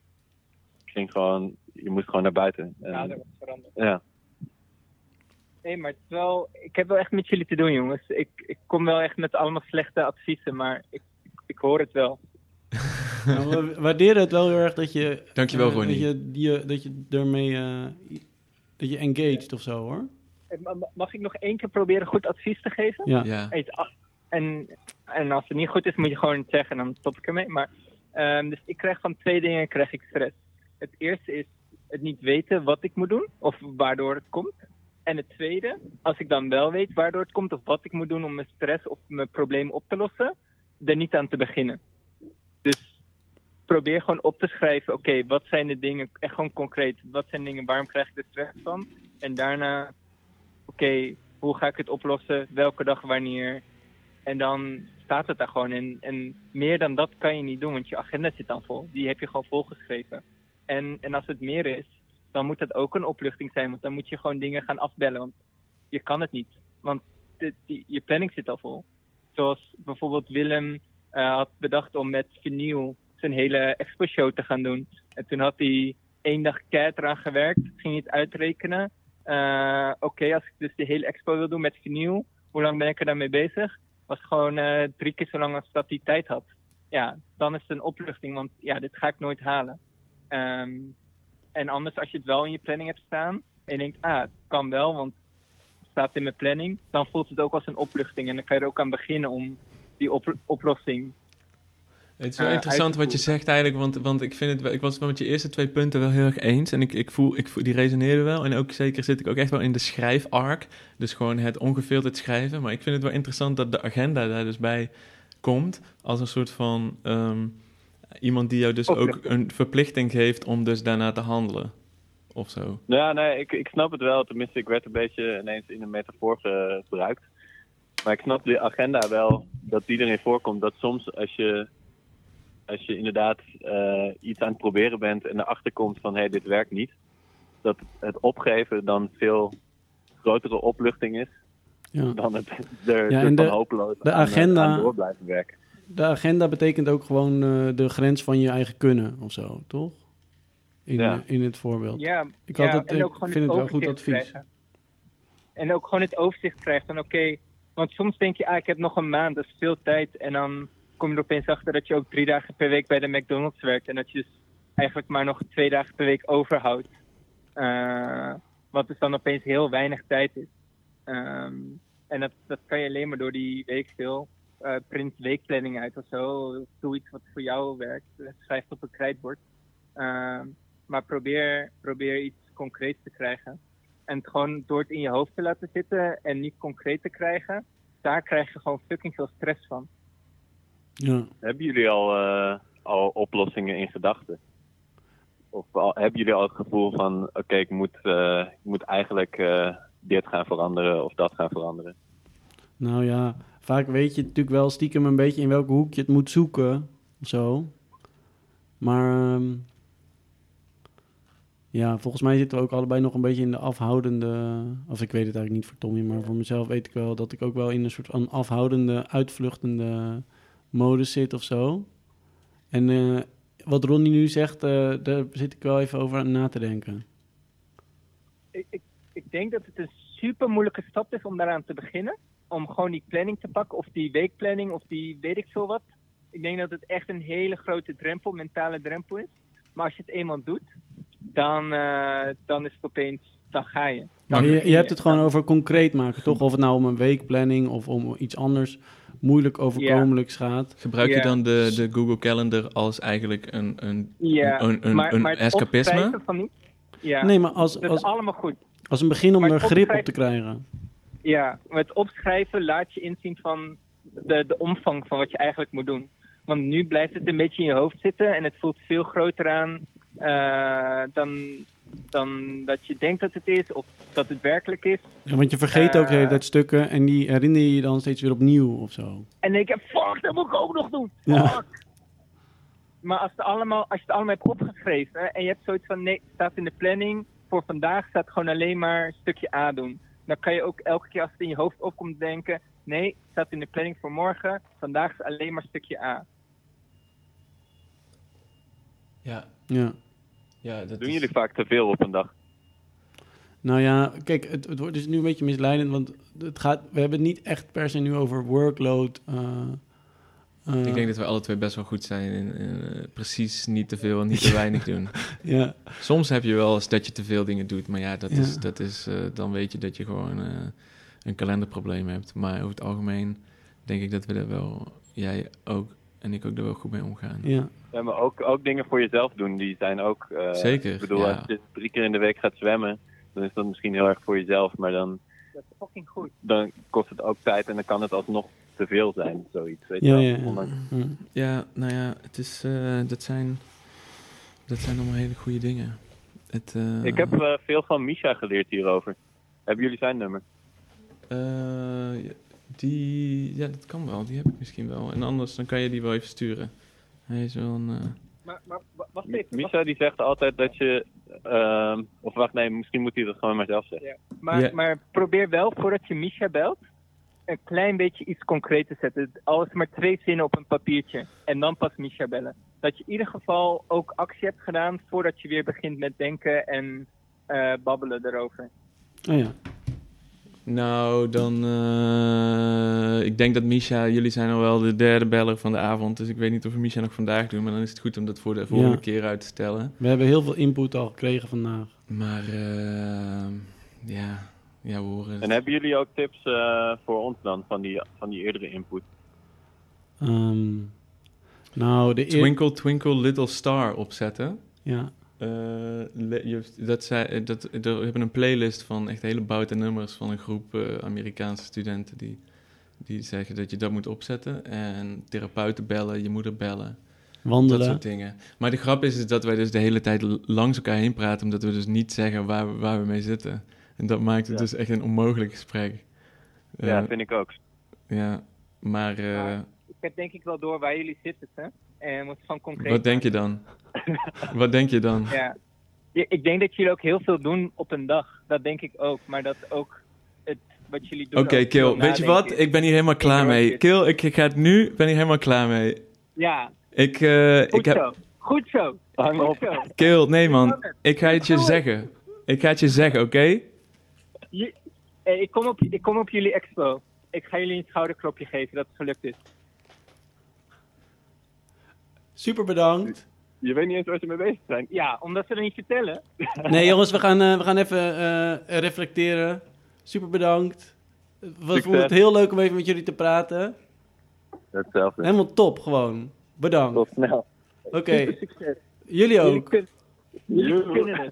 je moest gewoon naar buiten. Dat was veranderd. Ja. Nee, maar het is wel, ik heb wel echt met jullie te doen, jongens. Ik kom wel echt met allemaal slechte adviezen, maar ik hoor het wel. Nou, we waarderen het wel heel erg dat je... Dankjewel, Ronnie. Dat je ermee... dat je engaged of zo, hoor. Mag ik nog 1 keer proberen goed advies te geven? Ja. En als het niet goed is, moet je gewoon het zeggen en dan stop ik ermee. Maar, dus ik krijg van 2 dingen stress. Het eerste is het niet weten wat ik moet doen of waardoor het komt. En het tweede, als ik dan wel weet waardoor het komt of wat ik moet doen om mijn stress of mijn probleem op te lossen, er niet aan te beginnen. Dus probeer gewoon op te schrijven, oké, wat zijn de dingen, echt gewoon concreet, wat zijn dingen, waarom krijg ik er stress van? En daarna, oké, hoe ga ik het oplossen, welke dag, wanneer? En dan staat het daar gewoon in. En meer dan dat kan je niet doen, want je agenda zit dan vol. Die heb je gewoon volgeschreven. En als het meer is, dan moet dat ook een opluchting zijn. Want dan moet je gewoon dingen gaan afbellen. Want je kan het niet. Want je planning zit al vol. Zoals bijvoorbeeld Willem had bedacht om met vinyl zijn hele expo-show te gaan doen. En toen had hij 1 dag keihard eraan gewerkt. Ging hij het uitrekenen. Oké, als ik dus de hele expo wil doen met vinyl, hoe lang ben ik er daarmee bezig? Was gewoon 3 keer zo lang als dat hij tijd had. Ja, dan is het een opluchting. Want dit ga ik nooit halen. En anders, als je het wel in je planning hebt staan en je denkt, het kan wel, want het staat in mijn planning, dan voelt het ook als een opluchting en dan kan je er ook aan beginnen om die oplossing. Het is wel interessant wat je zegt eigenlijk, want ik vind het, ik was het wel met je eerste 2 punten wel heel erg eens en ik voel die resoneerden wel en ook zeker zit ik ook echt wel in de schrijfarc, dus gewoon het ongefilterd schrijven, maar ik vind het wel interessant dat de agenda daar dus bij komt als een soort van iemand die jou dus ook een verplichting geeft om dus daarna te handelen, of zo. Ja, nee, ik snap het wel. Tenminste, ik werd een beetje ineens in een metafoor gebruikt. Maar ik snap de agenda wel, dat die erin voorkomt. Dat soms als je als je inderdaad iets aan het proberen bent en erachter komt van dit werkt niet, dat het opgeven dan veel grotere opluchting is dan het van hopeloos aan door blijven werken. De agenda betekent ook gewoon de grens van je eigen kunnen of zo, toch? In het voorbeeld. Ja, ik vind het wel goed advies. Krijgen. En ook gewoon het overzicht krijgen van oké, want soms denk je, ik heb nog een maand, dat is veel tijd. En dan kom je er opeens achter dat je ook 3 dagen per week bij de McDonald's werkt. En dat je dus eigenlijk maar nog 2 dagen per week overhoudt. Wat dus dan opeens heel weinig tijd is. En dat kan je alleen maar door die week print weekplanning uit of zo. Doe iets wat voor jou werkt. Schrijf op een krijtbord. Maar probeer iets concreets te krijgen. En het gewoon door het in je hoofd te laten zitten en niet concreet te krijgen, daar krijg je gewoon fucking veel stress van. Ja. Hebben jullie al oplossingen in gedachten? Of hebben jullie al het gevoel van, oké, ik moet eigenlijk dit gaan veranderen of dat gaan veranderen? Nou ja, vaak weet je natuurlijk wel stiekem een beetje in welke hoek je het moet zoeken. Of zo. Maar volgens mij zitten we ook allebei nog een beetje in de afhoudende... Of ik weet het eigenlijk niet voor Tommy, maar voor mezelf weet ik wel dat ik ook wel in een soort van afhoudende, uitvluchtende modus zit of zo. En wat Ronnie nu zegt, daar zit ik wel even over na te denken. Ik denk dat het een super moeilijke stap is om daaraan te beginnen. Om gewoon die planning te pakken, of die weekplanning, of die weet ik veel wat. Ik denk dat het echt een hele grote mentale drempel is. Maar als je het eenmaal doet, dan is het opeens, dan ga je. Maar je hebt het gewoon over concreet maken, toch? Of het nou om een weekplanning of om iets anders moeilijk overkomelijks gaat. Gebruik je dan de Google Calendar als eigenlijk een escapisme? Van niet? Ja, nee, maar dat is allemaal goed. Als een begin om er grip op te krijgen. Ja, met opschrijven laat je inzien van de omvang van wat je eigenlijk moet doen. Want nu blijft het een beetje in je hoofd zitten en het voelt veel groter aan dan dat je denkt dat het is of dat het werkelijk is. Ja, want je vergeet ook de hele tijd stukken en die herinner je dan steeds weer opnieuw of zo. En ik heb fuck, dat moet ik ook nog doen. Fuck. Ja. Maar als je het allemaal hebt opgeschreven en je hebt zoiets van nee, het staat in de planning, voor vandaag staat gewoon alleen maar stukje A doen. Dan kan je ook elke keer als het in je hoofd opkomt denken, nee, het staat in de planning voor morgen, vandaag is alleen maar stukje A. Ja, Doen jullie vaak te veel op een dag? Nou ja, kijk, het wordt dus nu een beetje misleidend, want we hebben het niet echt per se nu over workload. Ik denk dat we alle twee best wel goed zijn in precies niet te veel en niet te weinig doen. Ja. Soms heb je wel eens dat je te veel dingen doet, maar dat is dan weet je dat je gewoon een kalenderprobleem hebt. Maar over het algemeen denk ik dat we er wel, jij ook en ik ook er wel goed mee omgaan. Ja, maar ook dingen voor jezelf doen, die zijn ook... Zeker, Ik bedoel, als je 3 keer in de week gaat zwemmen, dan is dat misschien heel erg voor jezelf, maar dan... Dat is fucking goed. Dan kost het ook tijd en dan kan het alsnog te veel zijn, zoiets. Weet je wel? Ja, nou ja, het is, dat zijn allemaal hele goede dingen. Ik heb veel van Misha geleerd hierover. Hebben jullie zijn nummer? Ja, dat kan wel. Die heb ik misschien wel. En anders dan kan je die wel even sturen. Hij is wel een... Maar wacht even. Misha die zegt altijd dat je... of wacht, nee, misschien moet hij dat gewoon maar zelf zeggen. Ja. Maar probeer wel, voordat je Misha belt, een klein beetje iets concreet te zetten. Al is het maar 2 zinnen op een papiertje. En dan pas Misha bellen. Dat je in ieder geval ook actie hebt gedaan voordat je weer begint met denken en babbelen erover. Oh ja. Nou, dan... ik denk dat Misha... Jullie zijn al wel de 3e beller van de avond. Dus ik weet niet of we Misha nog vandaag doen. Maar dan is het goed om dat voor de volgende keer uit te stellen. We hebben heel veel input al gekregen vandaag. Maar we horen het. En hebben jullie ook tips voor ons dan? Van die eerdere input? Nou, Twinkle, Twinkle, Little Star opzetten. Ja. We hebben een playlist van echt hele boute nummers van een groep Amerikaanse studenten die zeggen dat je dat moet opzetten. En therapeuten bellen, je moeder bellen. Wandelen. Dat soort dingen. Maar de grap is dat wij dus de hele tijd langs elkaar heen praten, omdat we dus niet zeggen waar we mee zitten. En dat maakt het dus echt een onmogelijk gesprek. Ja, vind ik ook. Ja, maar... heb denk ik wel door waar jullie zitten, hè? En moet van concreet. Wat denk je dan? Wat denk je dan? Ja. Ik denk dat jullie ook heel veel doen op een dag. Dat denk ik ook. Maar dat ook wat jullie doen. Oké, Kil, weet je wat? Ik ben hier helemaal klaar mee. Kil, ik ga het nu, ben hier helemaal klaar mee. Ja. Goed zo. Kil, nee man. Ik ga het je zeggen. Oké? Ik kom op jullie expo. Ik ga jullie een schouderklopje geven dat het gelukt is. Super bedankt. Je weet niet eens waar ze mee bezig zijn. Ja, omdat ze er niet vertellen. Nee jongens, we gaan even reflecteren. Super bedankt. We vonden het heel leuk om even met jullie te praten. Hetzelfde. Helemaal top gewoon. Bedankt. Tot snel. Oké. Super succes. Jullie ook. Jullie kunnen het.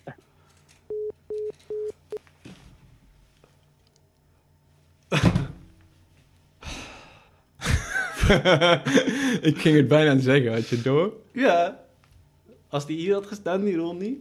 Ik ging het bijna zeggen, had je het door? Ja. Als die hier had gestaan, die Ronnie.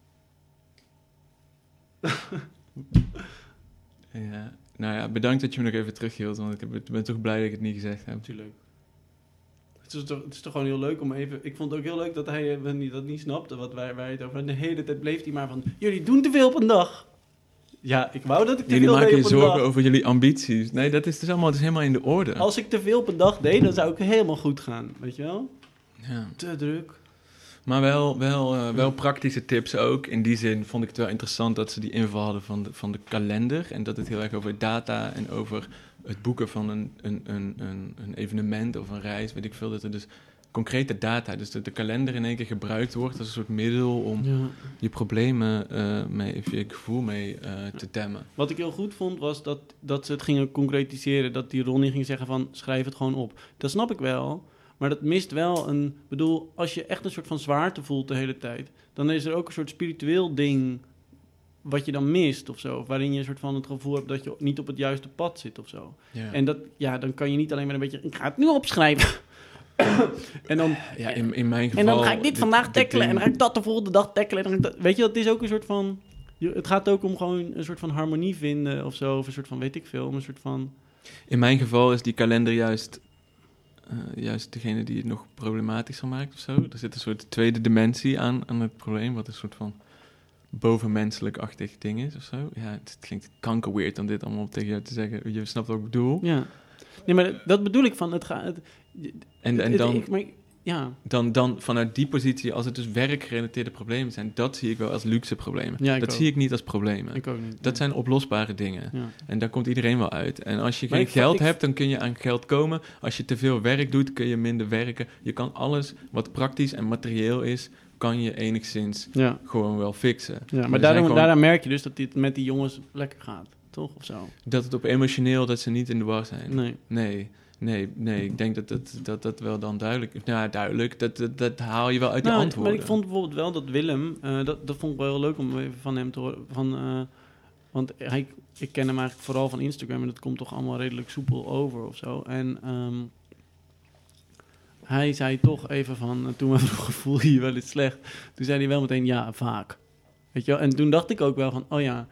Ja. Nou ja, bedankt dat je me nog even terughield, want ik ben toch blij dat ik het niet gezegd heb. Natuurlijk. Het is toch gewoon heel leuk om even... Ik vond het ook heel leuk dat hij dat niet snapte wat wij het over hadden. De hele tijd bleef hij maar van... Jullie doen te veel op een dag. Ja, ik wou dat ik te jullie veel deed op een dag. Jullie maken je zorgen over jullie ambities. Nee, dat is dus allemaal, het is helemaal in de orde. Als ik te veel op een dag deed, dan zou ik helemaal goed gaan. Weet je wel? Ja. Te druk. Maar wel praktische tips ook. In die zin vond ik het wel interessant dat ze die inval hadden van de kalender. En dat het heel erg over data en over het boeken van een evenement of een reis, weet ik veel. Dat er dus concrete data, dus dat de kalender in één keer gebruikt wordt als een soort middel om je problemen of je gevoel mee te temmen. Wat ik heel goed vond was dat ze het gingen concretiseren. Dat die Ronnie ging zeggen van schrijf het gewoon op. Dat snap ik wel. Maar dat mist wel als je echt een soort van zwaarte voelt de hele tijd, dan is er ook een soort spiritueel ding wat je dan mist of zo. Waarin je een soort van het gevoel hebt dat je niet op het juiste pad zit of zo. Ja. En dan kan je niet alleen maar een beetje, ik ga het nu opschrijven. En dan, ja, in mijn geval... En dan ga ik dit vandaag tackelen en dan ga ik dat de volgende dag tackelen. En dan weet je, dat is ook een soort van... Het gaat ook om gewoon een soort van harmonie vinden of zo. Of een soort van, weet ik veel, om een soort van... In mijn geval is die kalender juist degene die het nog problematischer maakt of zo. Er zit een soort tweede dimensie aan het probleem, wat een soort van bovenmenselijk-achtig ding is of zo. Ja, het klinkt kankerweird om dit allemaal tegen jou te zeggen. Je snapt wat ik bedoel. Ja. Nee, maar dat bedoel ik van, het gaat... Dan vanuit die positie, als het dus werkgerelateerde problemen zijn, dat zie ik wel als luxe problemen. Ja, dat zie ik niet als problemen. Ik ook niet. Dat zijn oplosbare dingen. Ja. En daar komt iedereen wel uit. En als je geen geld hebt, dan kun je aan geld komen. Als je te veel werk doet, kun je minder werken. Je kan alles wat praktisch en materieel is, kan je enigszins gewoon wel fixen. Ja, maar daaraan merk je dus dat het met die jongens lekker gaat, toch? Of zo? Dat het op emotioneel, dat ze niet in de war zijn. Nee, ik denk dat wel dan duidelijk is. Nou, duidelijk, dat haal je wel uit die antwoorden. Maar ik vond bijvoorbeeld wel dat Willem, dat vond ik wel heel leuk om even van hem te horen. Want ik ken hem eigenlijk vooral van Instagram en dat komt toch allemaal redelijk soepel over of zo. En hij zei toch even van, toen we vroegen, voel je je wel eens slecht? Toen zei hij wel meteen, ja, vaak. Weet je wel? En toen dacht ik ook wel van, oh ja...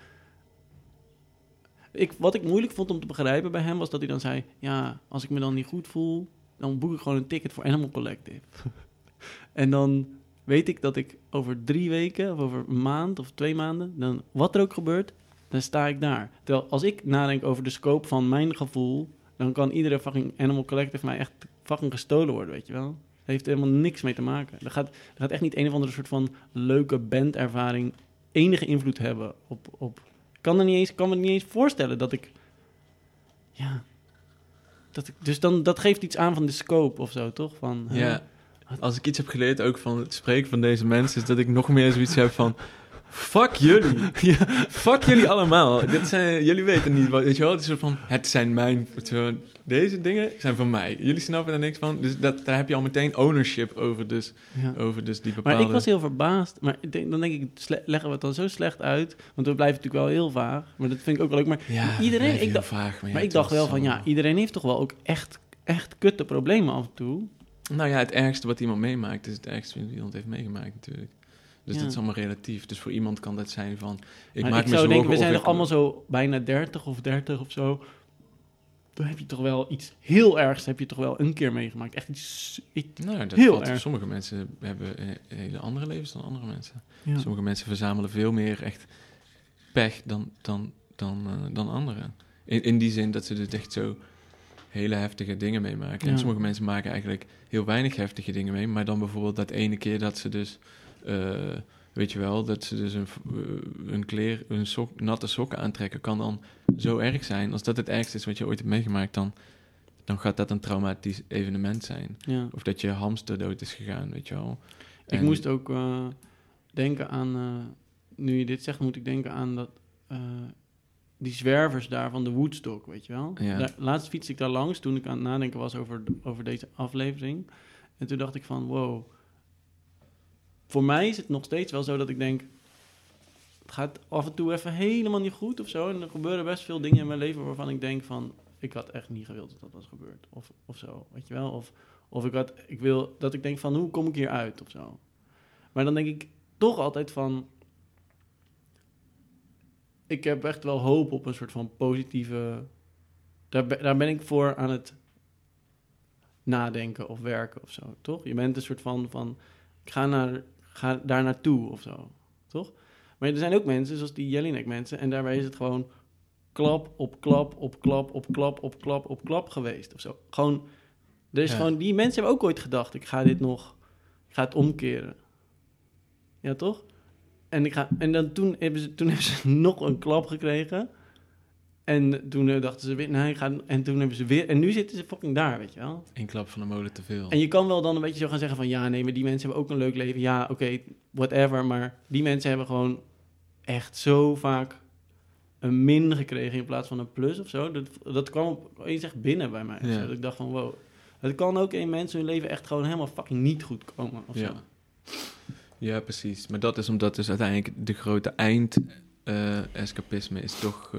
Wat ik moeilijk vond om te begrijpen bij hem was dat hij dan zei... Ja, als ik me dan niet goed voel, dan boek ik gewoon een ticket voor Animal Collective. En dan weet ik dat ik over 3 weken of over een maand of 2 maanden... dan wat er ook gebeurt, dan sta ik daar. Terwijl als ik nadenk over de scope van mijn gevoel... dan kan iedere fucking Animal Collective mij echt fucking gestolen worden, weet je wel. Dat heeft helemaal niks mee te maken. Er gaat echt niet een of andere soort van leuke bandervaring... enige invloed hebben op kan me niet eens voorstellen dat ik... Ja. Dus dan, dat geeft iets aan van de scope of zo, toch? Van, ja. Als ik iets heb geleerd ook van het spreken van deze mensen... is dat ik nog meer zoiets heb van... Fuck jullie. Fuck jullie allemaal. Jullie weten niet wat... Weet je wel? Het is soort van... Het zijn mijn... Deze dingen zijn van mij. Jullie snappen er niks van. Dus daar heb je al meteen ownership over. Dus, over dus die bepaalde... Maar ik was heel verbaasd. Maar dan denk ik, leggen we het dan zo slecht uit? Want we blijven natuurlijk wel heel vaag. Maar dat vind ik ook wel leuk. Maar iedereen... Ik dacht wel van, iedereen heeft toch wel ook echt kutte problemen af en toe. Nou ja, het ergste wat iemand meemaakt... is het ergste wat iemand heeft meegemaakt natuurlijk. Dus dat is allemaal relatief. Dus voor iemand kan dat zijn van... Ik maak me zorgen denken, we zijn toch allemaal zo bijna 30 of zo. dan heb je toch wel iets heel ergs, heb je toch wel een keer meegemaakt. Echt iets dat heel valt, erg. sommige mensen hebben een hele andere levens dan andere mensen. Ja. Sommige mensen verzamelen veel meer echt pech dan anderen. In die zin dat ze dus echt zo hele heftige dingen meemaken. Ja. En sommige mensen maken eigenlijk heel weinig heftige dingen mee, maar dan bijvoorbeeld dat ene keer dat ze dus, weet je wel, dat ze dus natte sokken aantrekken, kan dan zo erg zijn. Als dat het ergste is wat je ooit hebt meegemaakt, dan gaat dat een traumatisch evenement zijn. Ja. Of dat je hamster dood is gegaan, weet je wel. Ik moest ook denken aan, nu je dit zegt, moet ik denken aan dat die zwervers daar van de Woodstock, weet je wel. Ja. Laatst fietste ik daar langs toen ik aan het nadenken was over deze aflevering. En toen dacht ik van, wow. Voor mij is het nog steeds wel zo dat ik denk, het gaat af en toe even helemaal niet goed of zo. En er gebeuren best veel dingen in mijn leven waarvan ik denk van, ik had echt niet gewild dat dat was gebeurd. Of zo, weet je wel. Of ik wil dat ik denk van, hoe kom ik hier uit of zo. Maar dan denk ik toch altijd van, ik heb echt wel hoop op een soort van positieve, daar ben ik voor aan het nadenken of werken of zo, toch? Je bent een soort van ik ga daar naartoe of zo, toch? Maar er zijn ook mensen, zoals die Jelinek mensen, en daarbij is het gewoon klap op klap op klap op klap op klap op klap geweest of zo. Gewoon, er is gewoon, die mensen hebben ook ooit gedacht, ik ga het omkeren. Ja, toch? En toen hebben ze nog een klap gekregen. En toen dachten ze weer, en toen hebben ze weer, en nu zitten ze fucking daar, weet je wel. Eén klap van de molen te veel. En je kan wel dan een beetje zo gaan zeggen van, ja, nee, maar die mensen hebben ook een leuk leven. Ja, oké, whatever, maar die mensen hebben gewoon echt zo vaak een min gekregen in plaats van een plus of zo. Dat kwam opeens echt binnen bij mij. Ja. Dat ik dacht van, wow. Het kan ook in mensen hun leven echt gewoon helemaal fucking niet goed komen of zo. Ja, precies. Maar dat is omdat dus uiteindelijk de grote escapisme is toch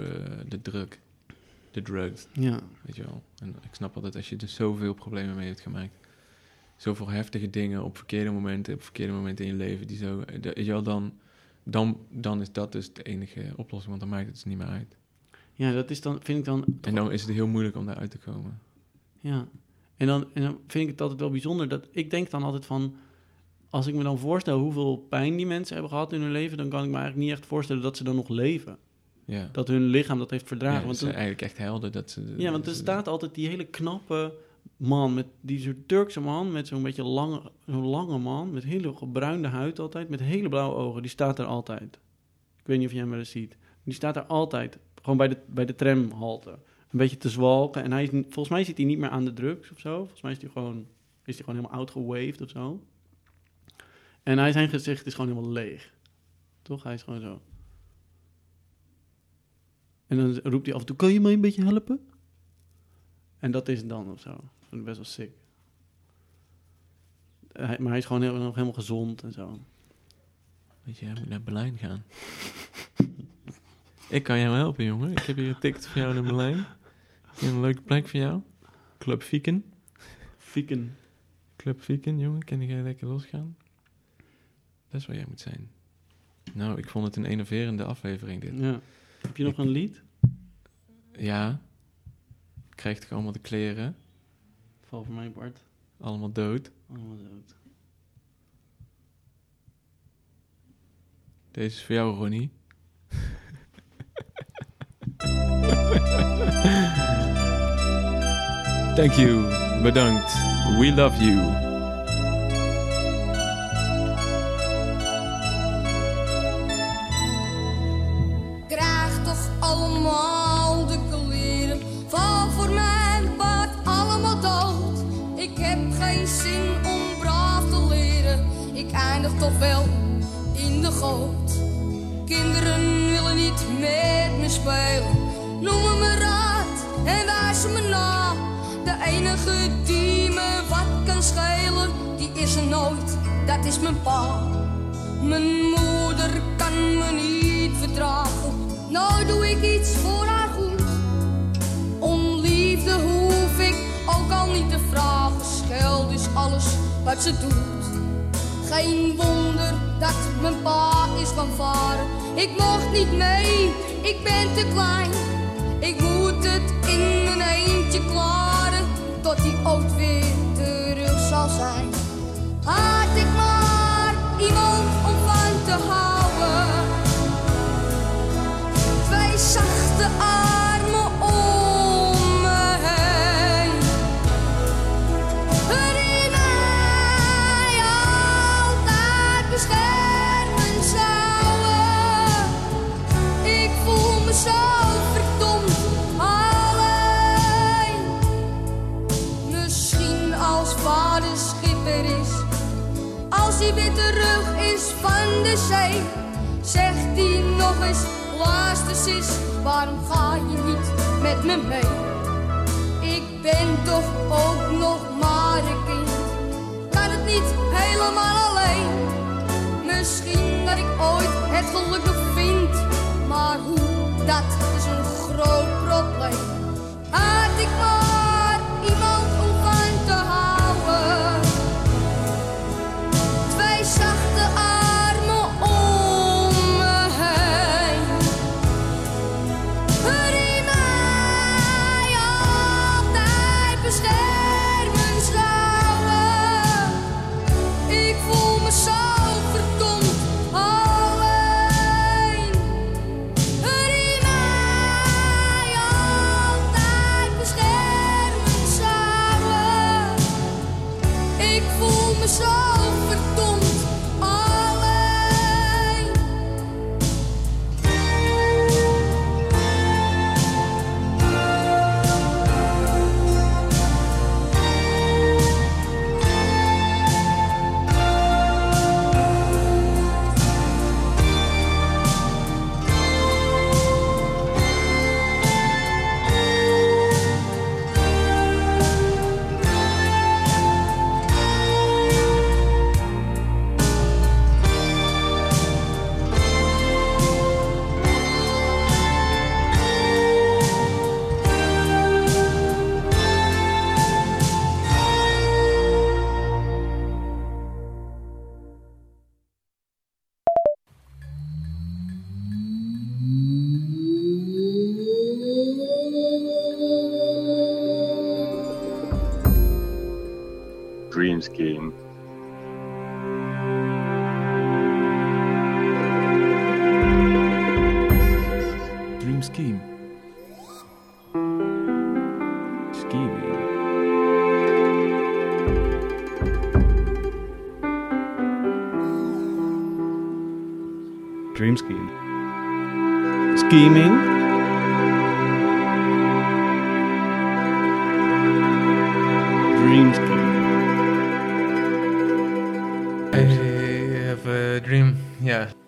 de drugs. Ja. Weet je wel. En ik snap altijd als je er zoveel problemen mee hebt gemaakt. Zoveel heftige dingen op verkeerde momenten in je leven. Die zo, weet je wel, dan is dat dus de enige oplossing, want dan maakt het dus niet meer uit. Ja, dat is dan, vind ik dan... En dan is het heel moeilijk om daaruit te komen. Ja. En dan vind ik het altijd wel bijzonder dat... Ik denk dan altijd van... Als ik me dan voorstel hoeveel pijn die mensen hebben gehad in hun leven, dan kan ik me eigenlijk niet echt voorstellen dat ze dan nog leven. Ja. Dat hun lichaam dat heeft verdragen. Ja, want het is eigenlijk echt helder dat ze... Ja, want er staat altijd die hele knappe man, met die soort Turkse man, met zo'n beetje lange man, met hele gebruinde huid altijd, met hele blauwe ogen. Die staat er altijd. Ik weet niet of jij hem wel eens ziet. Die staat er altijd, gewoon bij de tramhalte. Een beetje te zwalken. En volgens mij zit hij niet meer aan de drugs of zo. Volgens mij is hij gewoon helemaal outgewaved of zo. En zijn gezicht is gewoon helemaal leeg. Toch? Hij is gewoon zo. En dan roept hij af en toe, kan je mij een beetje helpen? En dat is het dan of zo. Dat vind ik best wel sick. Maar hij is gewoon nog helemaal gezond en zo. Weet je, hij moet naar Berlijn gaan. Ik kan jou helpen, jongen. Ik heb hier een ticket voor jou naar Berlijn. Een leuke plek voor jou. Club Viken. Club Viken, jongen. Kan jij lekker losgaan? Dat is waar jij moet zijn. Nou, ik vond het een enerverende aflevering, dit. Ja. Heb je nog een lied? Ja. Krijg toch allemaal de kleren? Val voor mijn part. Allemaal dood. Allemaal dood. Deze is voor jou, Ronnie. Thank you. Bedankt. We love you. Draag toch allemaal de kleren. Val voor mijn paard allemaal dood. Ik heb geen zin om braaf te leren. Ik eindig toch wel in de goot. Kinderen willen niet met me spelen. Noemen me raad en wijzen me na. De enige die me wat kan schelen, die is er nooit, dat is mijn pa. Mijn moeder kan me niet verdragen. Nou doe ik iets voor haar goed. Om liefde hoef ik ook al niet te vragen. Scheld is alles wat ze doet. Geen wonder dat mijn pa is gaan varen. Ik mocht niet mee, ik ben te klein. Ik moet het in mijn eentje klaren, tot die ooit weer terug zal zijn. Had ik maar iemand om van te houden, 2 zachte armen om me heen, die mij altijd beschermen zouden. Ik voel me zo verdomd alleen. Misschien als vader schipper is, als hij weer terug is van de zee, zegt hij nog eens: luister sis, waarom ga je niet met me mee? Ik ben toch ook nog maar een kind, kan het niet helemaal alleen. Misschien dat ik ooit het geluk nog vind, maar hoe, dat is een groot probleem. Had ik maar iemand om van te houden, 2 zachte armen om me heen, die mij altijd beschermen zouden. Ik voel me zo verdomd alleen, die mij altijd beschermen zouden. Ik voel me zo verdomd alleen. Dream Scheme. Dream Scheme. Scheming. Dream scheme. Scheming. Dream scheme. I have a dream. Yeah,